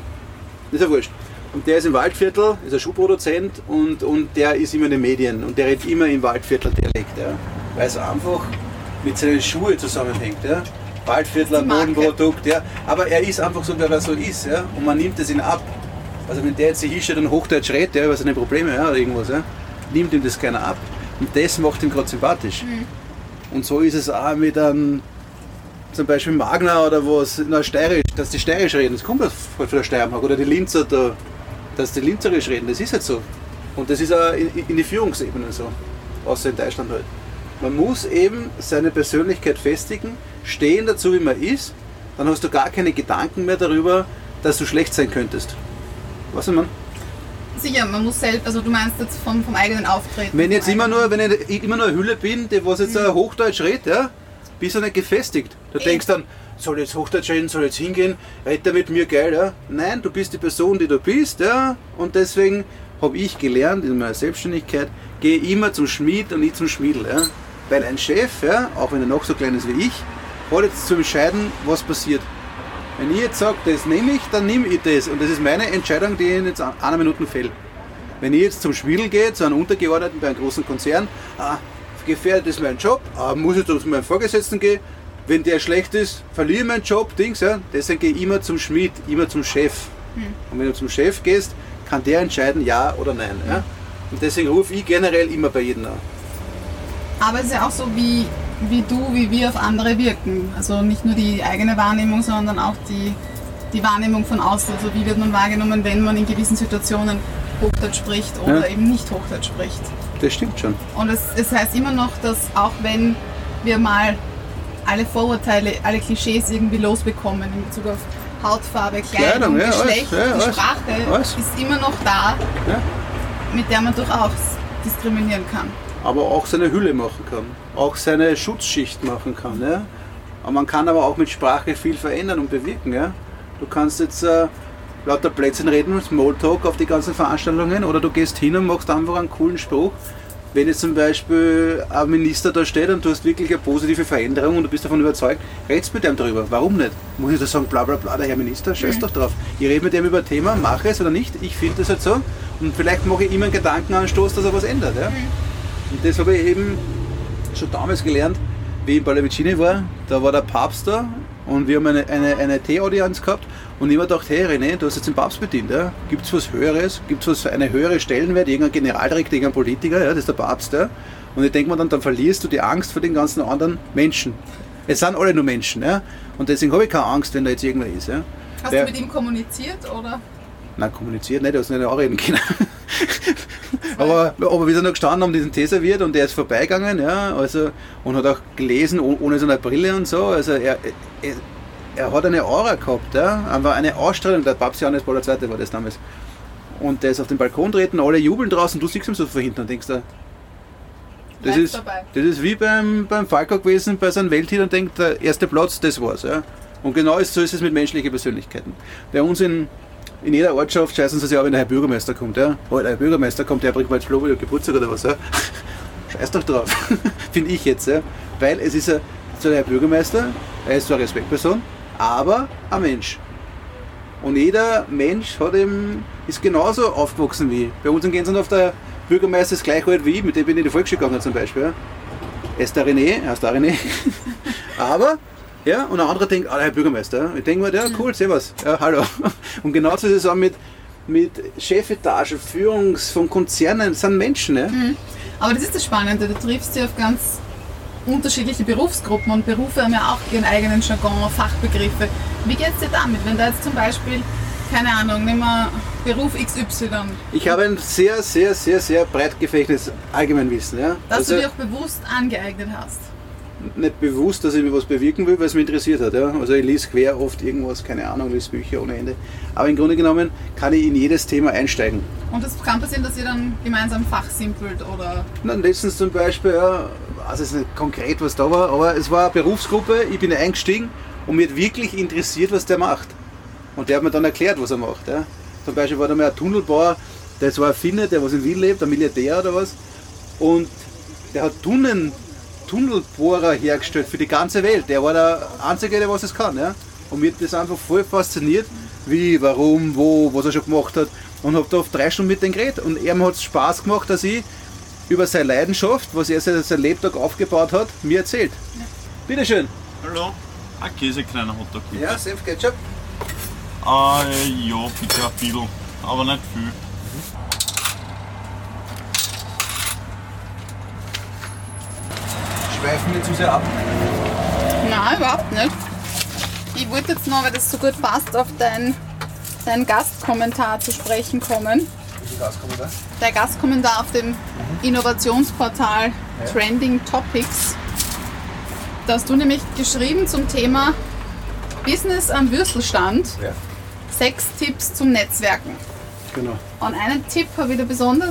Ist ja wurscht. Und der ist im Waldviertel, ist ein Schuhproduzent und der ist immer in den Medien und der redet immer im Waldviertel Dialekt, ja. Weil es einfach mit seinen Schuhen zusammenhängt. Ja. Waldviertler, Bodenprodukt, ja. Aber er ist einfach so, wie er so ist, ja. Und man nimmt es ihn ab. Also wenn der jetzt sich hinstellt und Hochdeutsch redet, ja, über seine Probleme, ja, oder irgendwas, ja, nimmt ihm das keiner ab. Und das macht ihn gerade sympathisch. Und so ist es auch mit einem, zum Beispiel Magner oder was, na, Steirisch, dass die Steirisch reden, das kommt halt von der Steiermark, oder die Linzer da, dass die Linzerisch reden, das ist halt so. Und das ist auch in die Führungsebene so, außer in Deutschland halt. Man muss eben seine Persönlichkeit festigen, stehen dazu, wie man ist, dann hast du gar keine Gedanken mehr darüber, dass du schlecht sein könntest. Was man? Sicher, man muss selbst, also du meinst jetzt vom eigenen Auftreten. Wenn ich immer nur eine Hülle bin, die was jetzt Hochdeutsch redet, ja, bist du nicht gefestigt. Du denkst dann, soll ich jetzt Hochdeutsch reden, soll ich jetzt hingehen, redet er mit mir geil, ja? Nein, du bist die Person, die du bist, ja, und deswegen habe ich gelernt in meiner Selbstständigkeit, gehe immer zum Schmied und nicht zum Schmiedel, ja. Weil ein Chef, ja, auch wenn er noch so klein ist wie ich, hat jetzt zu entscheiden, was passiert. Wenn ich jetzt sage, das nehme ich, dann nehme ich das. Und das ist meine Entscheidung, die in jetzt einer Minute fällt. Wenn ich jetzt zum Schmiedel gehe, zu einem Untergeordneten bei einem großen Konzern, gefährdet ist mein Job, muss ich zu meinem Vorgesetzten gehen, wenn der schlecht ist, verliere ich meinen Job, Dings, ja. Deswegen gehe ich immer zum Schmied, immer zum Chef. Und wenn du zum Chef gehst, kann der entscheiden, ja oder nein. Ja? Und deswegen rufe ich generell immer bei jedem an. Aber es ist ja auch so, wie wir auf andere wirken. Also nicht nur die eigene Wahrnehmung, sondern auch die Wahrnehmung von außen. Also wie wird man wahrgenommen, wenn man in gewissen Situationen Hochdeutsch spricht oder eben nicht Hochdeutsch spricht. Das stimmt schon. Und es heißt immer noch, dass auch wenn wir mal alle Vorurteile, alle Klischees irgendwie losbekommen in Bezug auf Hautfarbe, Kleidung, ja, Geschlecht, alles, die Sprache ist immer noch da, mit der man durchaus diskriminieren kann. Aber auch seine Hülle machen kann, auch seine Schutzschicht machen kann. Ja? Aber man kann aber auch mit Sprache viel verändern und bewirken. Ja? Du kannst jetzt lauter Plätzchen reden, Smalltalk auf die ganzen Veranstaltungen, oder du gehst hin und machst einfach einen coolen Spruch. Wenn jetzt zum Beispiel ein Minister da steht und du hast wirklich eine positive Veränderung und du bist davon überzeugt, redst mit dem darüber. Warum nicht? Muss ich da sagen, bla bla bla, der Herr Minister, scheiß doch drauf. Ich rede mit dem über ein Thema, mache es oder nicht, ich finde das halt so und vielleicht mache ich immer einen Gedankenanstoß, dass er was ändert. Ja? Und das habe ich eben schon damals gelernt, wie ich in Pallavicini war. Da war der Papst da und wir haben eine Tee-Audienz gehabt und ich habe mir gedacht, hey René, du hast jetzt den Papst bedient. Ja? Gibt es was Höheres? Gibt es eine höhere Stellenwert? Irgendein Generaldirektor, irgendein Politiker? Ja? Das ist der Papst. Ja? Und ich denke mir dann verlierst du die Angst vor den ganzen anderen Menschen. Es sind alle nur Menschen. Ja? Und deswegen habe ich keine Angst, wenn da jetzt irgendwer ist. Ja? Hast du mit ihm kommuniziert, oder? Nein, kommuniziert nicht, du hast nicht anreden können. aber wir sind noch gestanden, haben diesen Tee serviert und der ist vorbeigegangen, ja, also, und hat auch gelesen, ohne so eine Brille und so. Also er hat eine Aura gehabt, ja, einfach eine Ausstrahlung. Der Papst Johannes Paul II. War das damals. Und der ist auf den Balkon treten, alle jubeln draußen, du siehst ihn so von hinten und denkst da, das ist wie beim Falco gewesen, bei seinem Welthit und denkt, der erste Platz, das war's. Ja. Und genau so ist es mit menschlichen Persönlichkeiten. Bei uns in in jeder Ortschaft scheißen sie sich auch, wenn der Herr Bürgermeister kommt. Ja? Oh, der Herr Bürgermeister kommt, der bringt mal jetzt Blumen, Geburtstag oder was. Ja? Scheiß doch drauf, finde ich jetzt. Ja? Weil es ist so der Herr Bürgermeister, er ist so eine Respektperson, aber ein Mensch. Und jeder Mensch ist genauso aufgewachsen wie ich. Bei uns in Gänserndorf der Bürgermeister ist gleich alt wie ich, mit dem bin ich in die Volksschule gegangen zum Beispiel. Ja? Er ist der René. Aber, ja, und ein anderer denkt, der Herr Bürgermeister. Ja? Ich denke mir, ja, cool, servus, ja, hallo. Und genauso ist es auch mit Chefetage, von Konzernen, das sind Menschen. Ja? Aber das ist das Spannende, du triffst dich auf ganz unterschiedliche Berufsgruppen und Berufe haben ja auch ihren eigenen Jargon, Fachbegriffe. Wie geht es dir damit, wenn da jetzt zum Beispiel, keine Ahnung, nehmen wir Beruf XY. Ich habe ein sehr, sehr, sehr, sehr breit gefächertes Allgemeinwissen. Ja? Dass du dir auch bewusst angeeignet hast. Nicht bewusst, dass ich mir was bewirken will, weil es mich interessiert hat. Ja? Also ich lese quer oft irgendwas, keine Ahnung, lese Bücher ohne Ende. Aber im Grunde genommen kann ich in jedes Thema einsteigen. Und es kann passieren, dass ihr dann gemeinsam fachsimpelt oder... Letztens zum Beispiel, ja, also es ist nicht konkret, was da war, aber es war eine Berufsgruppe, ich bin eingestiegen und mich hat wirklich interessiert, was der macht. Und der hat mir dann erklärt, was er macht. Ja? Zum Beispiel war da mal ein Tunnelbauer, das war ein Finne, der was in Wien lebt, ein Milliardär oder was. Und der hat Tunnelbohrer hergestellt für die ganze Welt. Der war der Einzige, der was es kann. Ja? Und mich hat das einfach voll fasziniert, wie, warum, wo, was er schon gemacht hat. Und habe da oft 3 Stunden mit dem geredet. Und ihm hat es Spaß gemacht, dass ich über seine Leidenschaft, was er sein Lebtag aufgebaut hat, mir erzählt. Ja. Bitteschön. Hallo. Ein Käsekreiner Hotdog bitte. Ja, Senf Ketchup. Ja, bitte ein bisschen, aber nicht viel. Schweifen wir zu sehr ab. Nein, überhaupt nicht. Ich wollte jetzt noch, weil das so gut passt, auf deinen Gastkommentar zu sprechen kommen. Welcher Gastkommentar? Der Gastkommentar auf dem Innovationsportal Trending Topics. Da hast du nämlich geschrieben zum Thema Business am Würstelstand. Ja. 6 Tipps zum Netzwerken. Genau. Und einen Tipp habe ich da besonders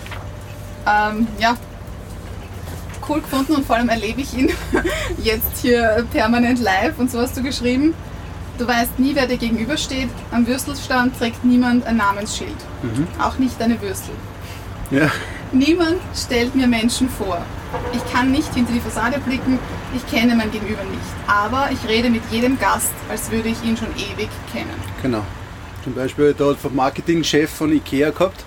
cool gefunden und vor allem erlebe ich ihn jetzt hier permanent live. Und so hast du geschrieben, du weißt nie, wer dir gegenübersteht. Am Würstelstand trägt niemand ein Namensschild. Auch nicht deine Würstel. Ja. Niemand stellt mir Menschen vor. Ich kann nicht hinter die Fassade blicken, ich kenne mein Gegenüber nicht. Aber ich rede mit jedem Gast, als würde ich ihn schon ewig kennen. Genau. Zum Beispiel da hat der Marketingchef von Ikea gehabt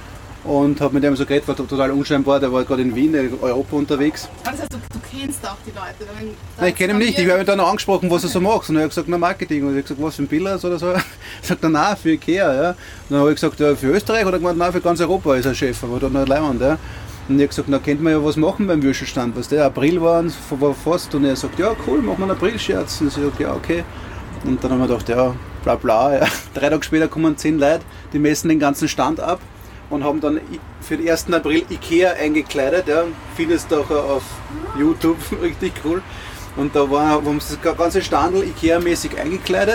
und habe mit dem so geredet, war total unscheinbar, der war gerade in Wien, in Europa unterwegs. Aber das heißt, du kennst auch die Leute? Nein, ich kenne ihn nicht, ich habe ihn dann angesprochen, was er so macht. Und er hat gesagt, na Marketing. Und ich habe gesagt, was für ein Billers oder so? Er sagt, nein, für Ikea. Ja. Und dann habe ich gesagt, ja, für Österreich? Oder gemeint, nein, für ganz Europa ist er Chef, aber dann nicht Leihwand. Ja. Und ich habe gesagt, na, könnte man ja was machen beim Würstelstand. Was der April war fast. Und er sagt, ja, cool, machen wir einen April-Scherz. Und ich sage, ja, okay. Und dann haben wir gedacht, ja, bla bla. Ja. 3 Tage später kommen 10 Leute, die messen den ganzen Stand ab und haben dann für den 1. April Ikea eingekleidet. Ja. Findest du auch auf YouTube, richtig cool. Und da haben sie das ganze Standel Ikea-mäßig eingekleidet.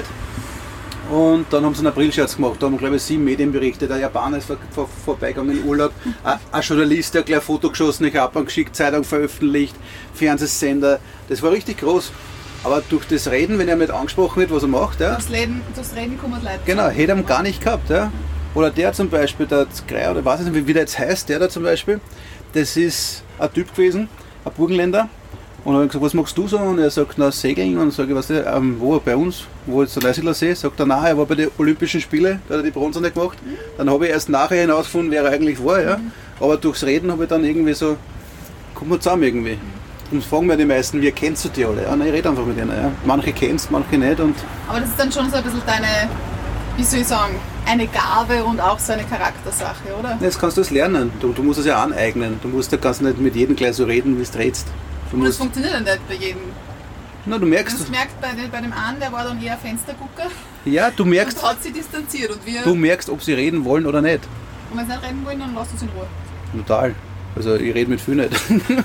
Und dann haben sie einen April-Scherz gemacht. Da haben, glaube ich, 7 Medien berichtet. Ein Japaner ist vorbeigegangen in Urlaub. Ein Journalist, der gleich ein Foto geschossen, ich habe geschickt, Zeitung veröffentlicht, Fernsehsender. Das war richtig groß. Aber durch das Reden, wenn er mit angesprochen wird, was er macht, ja, durchs Reden kommen Leute. genau, hätte er gar nicht gehabt. Ja. Oder der zum Beispiel, der Skrei, oder weiß ich nicht, wie der jetzt heißt, der da zum Beispiel, das ist ein Typ gewesen, ein Burgenländer. Und dann habe ich gesagt, was machst du so? Und er sagt, na, Segeln. Und sage ich, was wo, bei uns, wo jetzt der Neusiedler See? Sagt er, nein, er war bei den Olympischen Spielen, da hat er die Bronze nicht gemacht. Dann habe ich erst nachher hinausgefunden, wer er eigentlich war. Ja. Aber durchs Reden habe ich dann irgendwie so, kommen wir zusammen irgendwie. Und fragen mir die meisten, wie kennst du die alle? Ja, nein, ich rede einfach mit denen. Ja. Manche kennst, manche nicht. Und aber das ist dann schon so ein bisschen deine, wie soll ich sagen, eine Gabe und auch so eine Charaktersache, oder? Jetzt kannst du es lernen. Du musst es ja aneignen. Du musst ja ganz nicht mit jedem gleich so reden, wie du redest. Und das funktioniert ja nicht bei jedem. Na, du merkst. Das merkt bei dem einen, der war dann eher Fenstergucker. Ja, du merkst. Und hat sich distanziert. Und wir, du merkst, ob sie reden wollen oder nicht. Und wenn sie nicht reden wollen, dann lasst uns in Ruhe. Total. Also ich rede mit vielen nicht.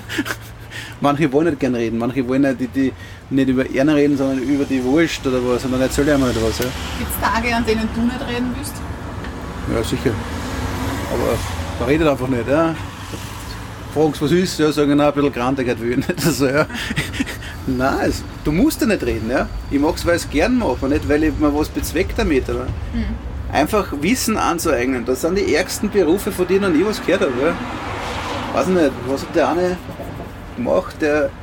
Manche wollen nicht gern reden, manche wollen die nicht über ihn reden, sondern über die Wurst oder was. Und dann erzähl ich einmal was. Ja. Gibt es Tage, an denen du nicht reden willst? Ja, sicher. Aber man redet einfach nicht. Ja. Fragst, was ist, ja, sagen, ein bisschen Grantigkeit will ich nicht. Also, ja. Nein, du musst ja nicht reden. Ja. Ich mache es, weil ich es gern mache, nicht weil ich mir was bezweckt damit. Oder? einfach Wissen anzueignen. Das sind die ärgsten Berufe, von denen ich noch nie was gehört habe. Ja. Weiß nicht, was hat der eine gemacht,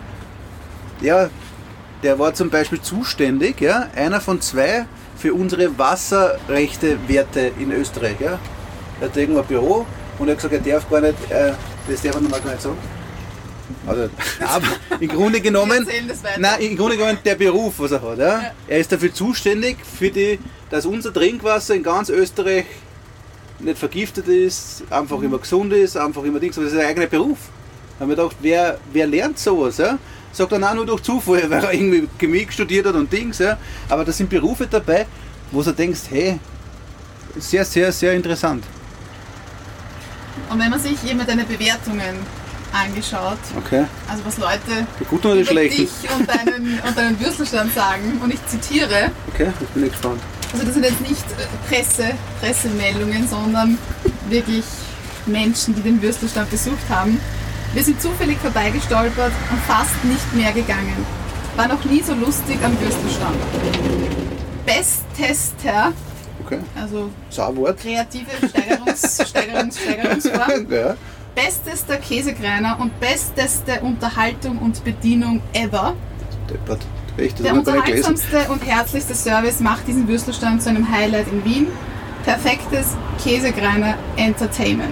der war zum Beispiel zuständig, ja, einer von 2 für unsere Wasserrechte-Werte in Österreich. Ja. Er hat irgendwo ein Büro und er hat gesagt, er darf gar nicht, das darf er normal gar nicht sagen. Also, aber im Grunde genommen, der Beruf, was er hat, ja, er ist dafür zuständig, dass unser Trinkwasser in ganz Österreich nicht vergiftet ist, einfach immer gesund ist, einfach immer Dings, aber das ist ein eigener Beruf. Da haben wir gedacht, wer lernt sowas? Ja? Sagt dann auch nur durch Zufall, weil er irgendwie Chemie studiert hat und Dings. Ja? Aber da sind Berufe dabei, wo du denkst, hey, sehr, sehr, sehr interessant. Und wenn man sich eben deine Bewertungen angeschaut, okay. Also was Leute über dich und deinen Würstelstand sagen, und ich zitiere. Okay, ich bin gespannt. Also das sind jetzt nicht Pressemeldungen, sondern wirklich Menschen, die den Würstelstand besucht haben. Wir sind zufällig vorbeigestolpert und fast nicht mehr gegangen. War noch nie so lustig am Würstelstand. Besttester, okay. Also Sauwort. Kreative Steigerungsform. Ja. Bestester Käsekreiner und besteste Unterhaltung und Bedienung ever. Deppert. Echt, der unterhaltsamste und herzlichste Service macht diesen Würstelstand zu einem Highlight in Wien. Perfektes Käsekreiner Entertainment.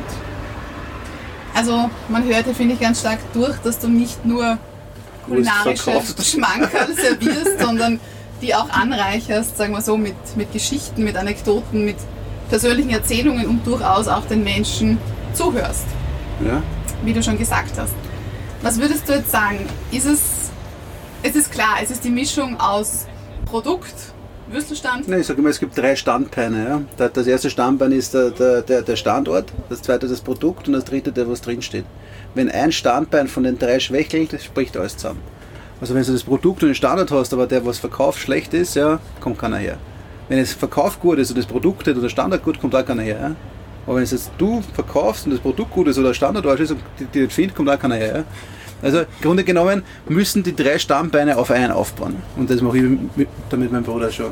Also man hört hier, finde ich, ganz stark durch, dass du nicht nur kulinarische Schmankerl servierst, sondern die auch anreicherst, sagen wir so, mit Geschichten, mit Anekdoten, mit persönlichen Erzählungen und durchaus auch den Menschen zuhörst. Ja. Wie du schon gesagt hast. Was würdest du jetzt sagen? Es ist klar, es ist die Mischung aus Produkt, Würstelstand? Nein, ich sage immer, es gibt 3 Standbeine. Ja. Das erste Standbein ist der Standort, das zweite das Produkt und das dritte, der was drinsteht. Wenn ein Standbein von den 3 schwächelt, das spricht alles zusammen. Also wenn du das Produkt und den Standort hast, aber der, was verkauft, schlecht ist, ja, kommt keiner her. Wenn es Verkauf gut ist und das Produkt nicht oder der Standort gut, kommt auch keiner her. Ja. Aber wenn es jetzt du verkaufst und das Produkt gut ist oder der Standort ist und die nicht findet, kommt auch keiner her. Ja. Also im Grunde genommen müssen die 3 Stammbeine auf einen aufbauen. Und das mache ich damit mein Bruder schon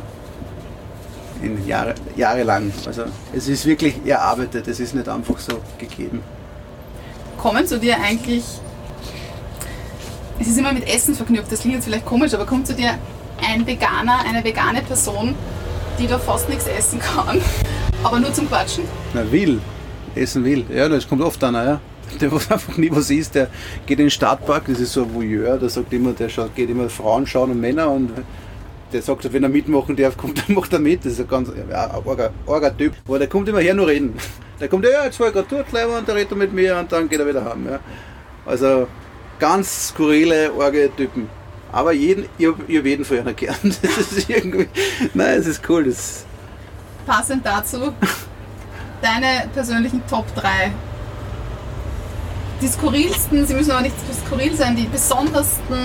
jahrelang. Also es ist wirklich erarbeitet, es ist nicht einfach so gegeben. Kommen zu dir eigentlich, es ist immer mit Essen verknüpft, das klingt jetzt vielleicht komisch, aber kommt zu dir ein Veganer, eine vegane Person, die da fast nichts essen kann, aber nur zum Quatschen? Na, essen will. Ja, das kommt oft einer, ja. Der, was einfach nie was isst, der geht in den Stadtpark, das ist so ein Voyeur, der sagt immer, geht immer Frauen schauen und Männer und der sagt, wenn er mitmachen darf, dann macht er mit. Das ist ein ganz arger Typ. Aber der kommt immer her nur reden. Der kommt, ja, jetzt war ich gerade dort, und der redet er mit mir und dann geht er wieder heim. Ja. Also ganz skurrile, arge Typen. Aber ich hab jeden von ihnen gern. Das ist irgendwie, nein, es ist cool. Das passend dazu, deine persönlichen Top 3. Die skurrilsten, sie müssen aber nicht skurril sein, die besondersten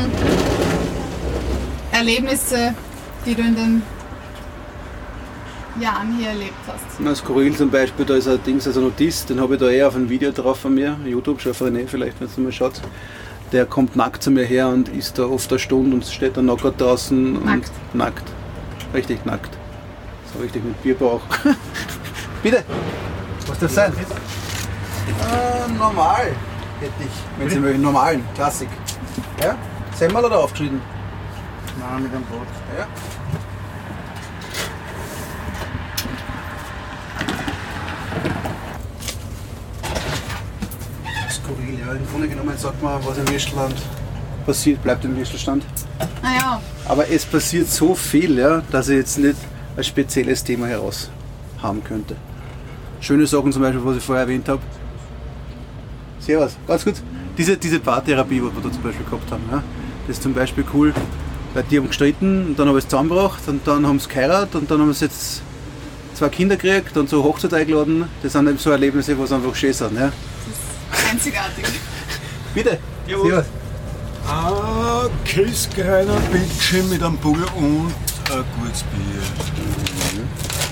Erlebnisse, die du in den Jahren hier erlebt hast. Na, skurril zum Beispiel, da ist ein Ding, also ein Notist, den habe ich da eher auf ein Video drauf von mir, YouTube, schau René vielleicht, wenn du mal schaut. Der kommt nackt zu mir her und ist da oft eine Stunde und steht dann nackert draußen. Nackt? Und nackt. Richtig nackt. So richtig mit Bierbauch. Bitte! Was darf sein? Normal hätte ich, wenn Sie mögen. Normalen, Klassik. Ja? Semmel oder aufgeschnitten? Nein, mit einem Brot. Ja. Skurril, ja. Im Grunde genommen sagt man, was im Würstelland passiert, bleibt im Würstelstand. Ah ja. Aber es passiert so viel, ja, dass ich jetzt nicht ein spezielles Thema heraus haben könnte. Schöne Sachen zum Beispiel, was ich vorher erwähnt habe. Servus, ganz kurz. Diese Paartherapie, was wir da zum Beispiel gehabt haben, ja, das ist zum Beispiel cool, weil die haben gestritten und dann habe ich es zusammengebracht und dann haben sie geheiratet und dann haben sie jetzt 2 Kinder gekriegt und so Hochzeit eingeladen. Das sind eben so Erlebnisse, was einfach schön sind. Ja. Das ist einzigartig. Bitte. Servus. Käsekreiner, Bildschirm mit einem Bull und ein gutes Bier.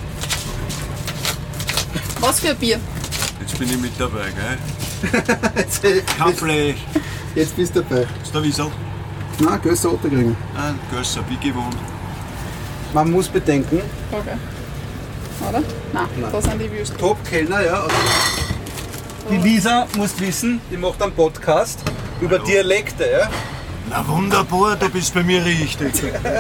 Was für ein Bier? Jetzt bin ich mit dabei, gell? Kein Blech. Jetzt bist du dabei. Ist der Wiesel? Nein, größer kriegen. Ein Gösser, wie gewohnt. Man muss bedenken, Okay. oder? Nein, da sind die Würste. Top-Kellner, ja. Also, die Lisa, musst wissen, die macht einen Podcast über Dialekte, ja. Na wunderbar, du bist bei mir richtig.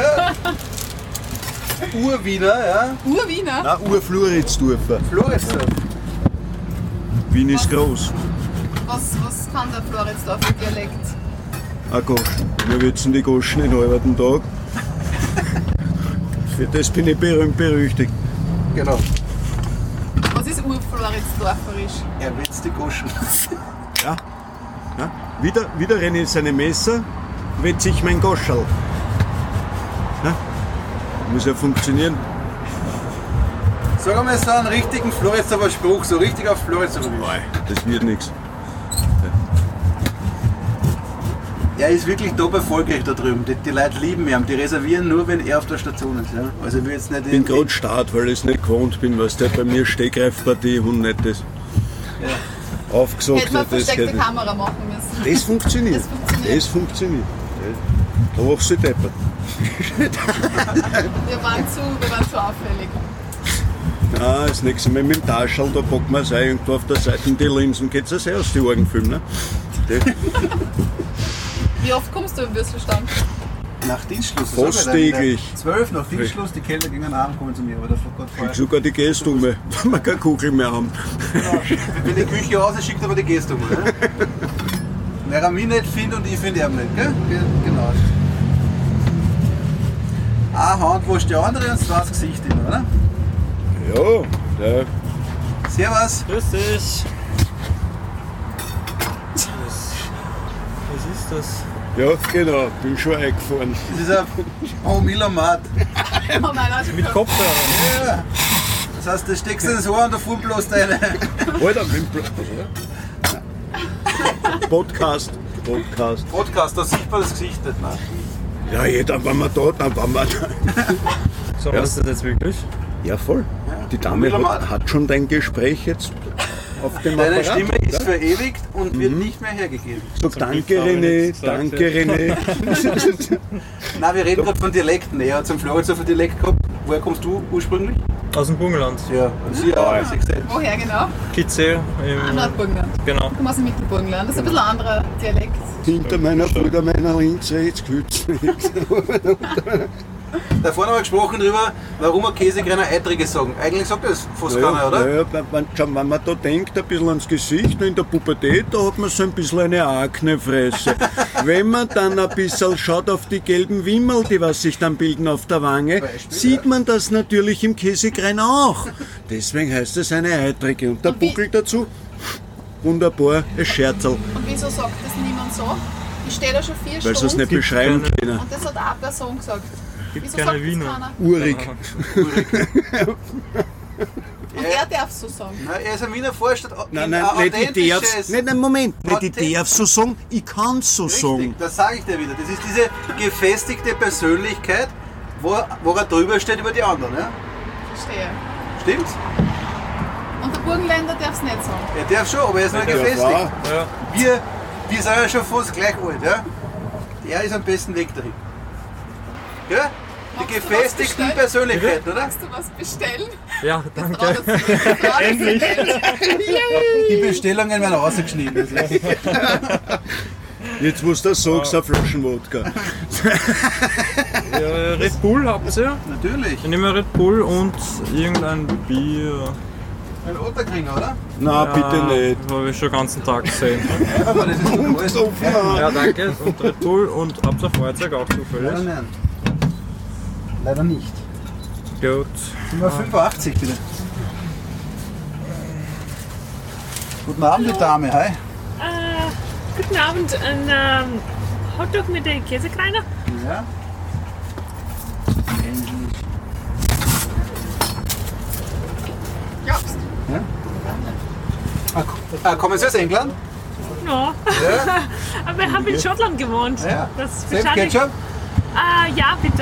Urwiener, ja. Urwiener? Na, Urfloridsdorfer. Floridsdorf. Wien ist groß. Was kann der Floridsdorfer Dialekt? Ein Goschen. Wir würzen die Goschen den halben Tag. Für das bin ich berühmt berüchtigt. Genau. Was ist Urfloridsdorferisch? Er wetzt die Goschen. Ja. Wieder renne ich seine Messer, wetz ich mein Goschal. Ja? Muss ja funktionieren. Sag einmal so einen richtigen Floridsdorfer Spruch, so richtig auf Floridsdorfer. Nein, das wird nichts. Er ist wirklich top erfolgreich da drüben. Die Leute lieben ihn. Die reservieren nur, wenn er auf der Station ist. Ja? Also ich will jetzt nicht Ich bin gerade stark, weil ich es nicht gewohnt bin, was der bei mir Stegreifpartie und nicht das aufgesagt Hätte man hat. Das, versteckte Kamera machen müssen. das funktioniert. Das funktioniert. Das funktioniert. Da machst du deppert. Wir waren zu auffällig. Das nächste Mal mit dem Taschel, da packen wir es ein irgendwo auf der Seite die Linsen, geht es aus die Augen filmen. Ne? Wie oft kommst du im Würstelstand? nach Dienstschluss. Fast sogar, täglich. 12 nach Dienstschluss, die Kellner gingen an, kommen zu mir. Aber das war Gott vorher. Sogar die Gästumme, wenn wir keine Kugel mehr haben. Genau. Wenn die Küche raus ist, schickt aber die Gästumme. Ne? Wer er mich nicht findet und ich finde ihn nicht. Gell? Genau. Eine Hand wascht die andere und zwei das Gesicht hin, oder? Ja, der Servus. Grüß dich. Was ist das? ja, genau, bin schon eingefahren. Das ist ein Promillomat. Oh nein, also Mit Kopfhörern. Ja. Das heißt, du steckst in das Ohr und da fuhr bloß deine. Alter, mit dem Podcast. Podcast, da sieht man das Gesicht nicht mehr. Ja, jeder, wenn wir da, dann waren wir da. So, was ist das jetzt wirklich? Ja, voll. Die Dame hat schon dein Gespräch jetzt auf dem Deine Apparat. Stimme ist verewigt und wird nicht mehr hergegeben. So, danke René, danke René. Nein, wir reden gerade von Dialekten. Er hat zum Floridsdorfer Dialekt gehabt. Woher kommst du ursprünglich? Aus dem Burgenland. Ja, und sie auch. Ja. woher genau? Kitzee. Nordburgenland. Genau. Du kommst aus dem Mittelburgenland. Das ist ein bisschen ein anderer Dialekt. Hinter meiner Brüder, meiner links, rechts, Kützen. Da vorne haben wir gesprochen darüber, warum wir Käsekreiner Eitriges sagen. Eigentlich sagt das fast keiner, oder? Ja, wenn man da denkt, ein bisschen ans Gesicht, in der Pubertät, da hat man so ein bisschen eine Aknefresse. Wenn man dann ein bisschen schaut auf die gelben Wimmel, die was sich dann bilden auf der Wange, sieht man das natürlich im Käsekreiner auch. Deswegen heißt es eine Eitrige. Und der Buckel dazu, wunderbar, ein Scherzl. Und wieso sagt das niemand so? Ich stehe da schon 4 Weil sie es Stunden nicht beschreiben können. und das hat eine Person gesagt. Gibt Wieso keine sagt Wiener. das keiner? Urig. Und er darf so sagen. Nein, er ist ein Wiener Vorstadt. Nein, nicht ich darf's. Nicht, Moment, nicht ich darf so sagen, ich kann so sagen. Richtig, das sage ich dir wieder. Das ist diese gefestigte Persönlichkeit, wo er drüber steht über die anderen. Ja? Verstehe. Stimmt's? Und der Burgenländer darf es nicht sagen. Er darf schon, aber er ist nur gefestigt. Ja. Wir sind ja schon fast gleich alt. Ja? Er ist am besten Weg dahin. Ja? Die Magst du was gefestigten bestellen? Persönlichkeiten, oder? Magst du was bestellen? Ja, Das danke. traut er sich. Das traut er sich nicht. Die Bestellungen werden rausgeschnitten. Jetzt musst du das sagst, eine Flaschen Wodka. Ja, Red Bull habt ihr? Natürlich. Ich nehme Red Bull und irgendein Bier. Ein Otterkringer, oder? Nein, bitte nicht. Das habe ich schon den ganzen Tag gesehen. Ja, aber das ist alles. Ja, danke. Und Red Bull und habt ihr Feuerzeug auch Leider zufällig? nein. Leider nicht. Gut. Nummer 85, bitte. Guten Abend, die Dame. Hi. Guten Abend, ein Hotdog mit den Käsekreiner. Ja. Glaubst du? Kommen Sie aus England? Ja, Ja. aber ich habe in Schottland gewohnt. Ja. Das ist Senf, wahrscheinlich. Ketchup? Ja, bitte.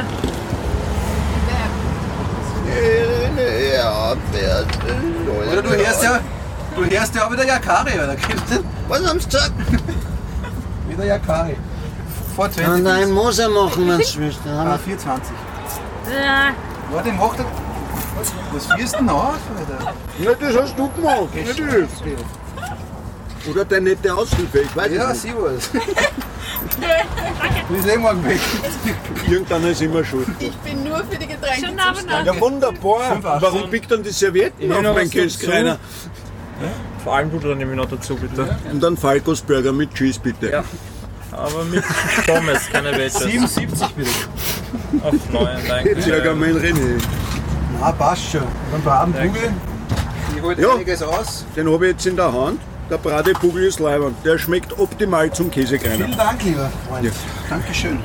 Ja, Oder du hörst ja auch wieder Yakari, oder? Was haben sie gesagt? Wieder Yakari. Vor 20. Nein, muss er machen, wenn es willst. Ah, 420. Ja, Warte, mach das. Was führst du denn auf, Alter? Ja, das hast du gemacht, nicht ich. Oder deine nette Aushilfe, ich weiß Ja, es nicht. sie war's. Du bist eh morgen weg. Irgendeiner ist immer schuld. Ich bin nur für die Getränke Schönen Abend noch. Ja, wunderbar. Warum pickt dann die Servietten auf mein Käsekreiner? Vor allem Butter nehme ich noch dazu, bitte. Und dann Falcos Burger mit Cheese, bitte. Ja. Aber mit Pommes, keine Wedges. 77 bitte. Auf 9, danke. Jetzt ärger mein René. Na, passt schon. Dann Bratenbugel. Ich halte Ja. einiges aus. Den habe ich jetzt in der Hand. Der Bratebugel ist leibend. Der schmeckt optimal zum Käsekreiner. Vielen Dank, lieber Freund. Ja. Dankeschön.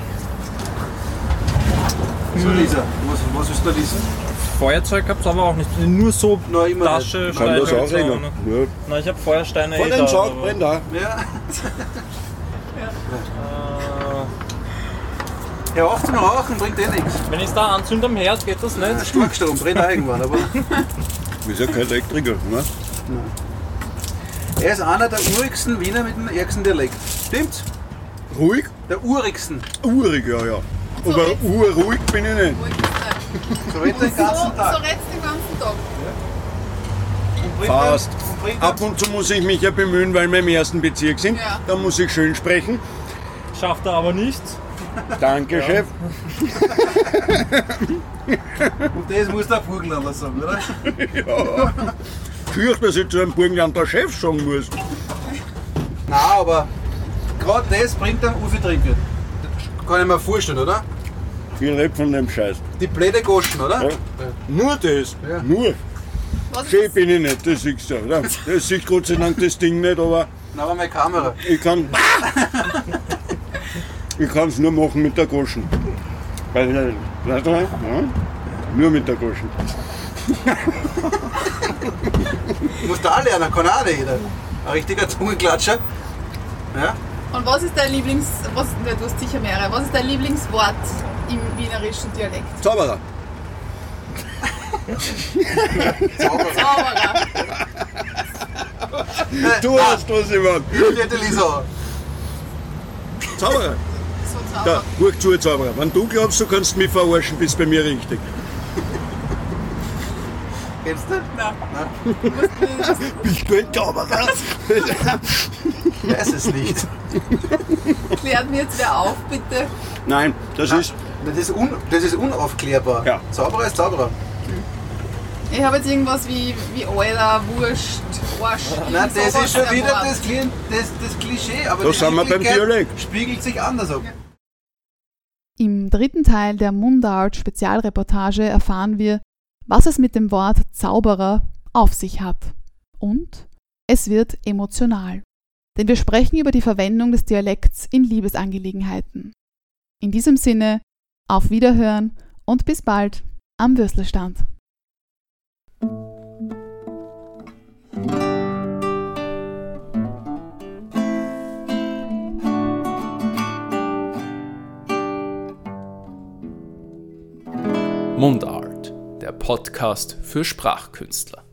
So, Lisa, was ist da, Lisa? Feuerzeug gab's aber auch nicht. Nur so Na, immer Tasche, Kann das auch Steine. rein? Ja. Na, ich habe Feuersteine Vor eh den da, Saug aber- brennt da. Ja. Äh, Ja, auf zum Rauchen bringt eh nichts. Wenn ich da anzünde am Herd, geht das nicht. Starkstrom brennt auch irgendwann, aber Wir sind kein Elektriker. Ne? er ist einer der urigsten Wiener mit dem ärgsten Dialekt. Stimmt's? Ruhig? Der urigsten. Urig, ja, ja. Aber urruhig bin ich nicht. So redet er den ganzen So Tag. redst du den ganzen Tag. Und bringt Fast. er- und bringt er- Ab und zu muss ich mich ja bemühen, weil wir im ersten Bezirk sind. Ja. Da muss ich schön sprechen. Schafft er aber nicht. Danke, Chef. Und das muss der Burgenlander sagen, oder? Fürcht, dass ich zu einem Burgenlander Chef sagen muss. Nein, aber gerade das bringt einem viel Trinkgeld. Das kann ich mir vorstellen, oder? Ich lebe von dem Scheiß. Die blöde Goschen, oder? Ja. Nur das. Ja. Nur. Was ist Schön bin ich nicht, das siehst du. Oder? Das sieht Gott sei Dank das Ding nicht, aber Na, aber meine Kamera. ich kann es nur machen mit der Goschen. Weil, weißt du, ja? Nur mit der Goschen. Musst du auch lernen, kann auch jeder. Ein richtiger Zungenklatscher. Ja? Und was ist dein du hast sicher mehrere, was ist dein Lieblingswort im wienerischen Dialekt? Zauberer. Zauberer. Du hast was ich meine. Steht die Lisa. Zauberer. So Da, Zauberer. hoch zu, Zauberer. Wenn du glaubst, du kannst mich verarschen, bist du bei mir richtig. Kennst du? Bist du ein Zauberer? Ich weiß es nicht. Klärt mir jetzt wer auf, bitte. Nein, das ist. Das ist unaufklärbar. Ja. Zauberer ist Zauberer. Ich habe jetzt irgendwas wie Alter, Wurscht, Arsch. Nein, das sowas ist schon der wieder Wort. das Klischee. Aber Da die sind wir beim Wirklichkeit Dialekt. spiegelt sich anders ab. Im dritten Teil der Mundart-Spezialreportage erfahren wir, was es mit dem Wort Zauberer auf sich hat. Und es wird emotional. Denn wir sprechen über die Verwendung des Dialekts in Liebesangelegenheiten. In diesem Sinne, auf Wiederhören und bis bald am Würstelstand. Mundart, der Podcast für Sprachkünstler.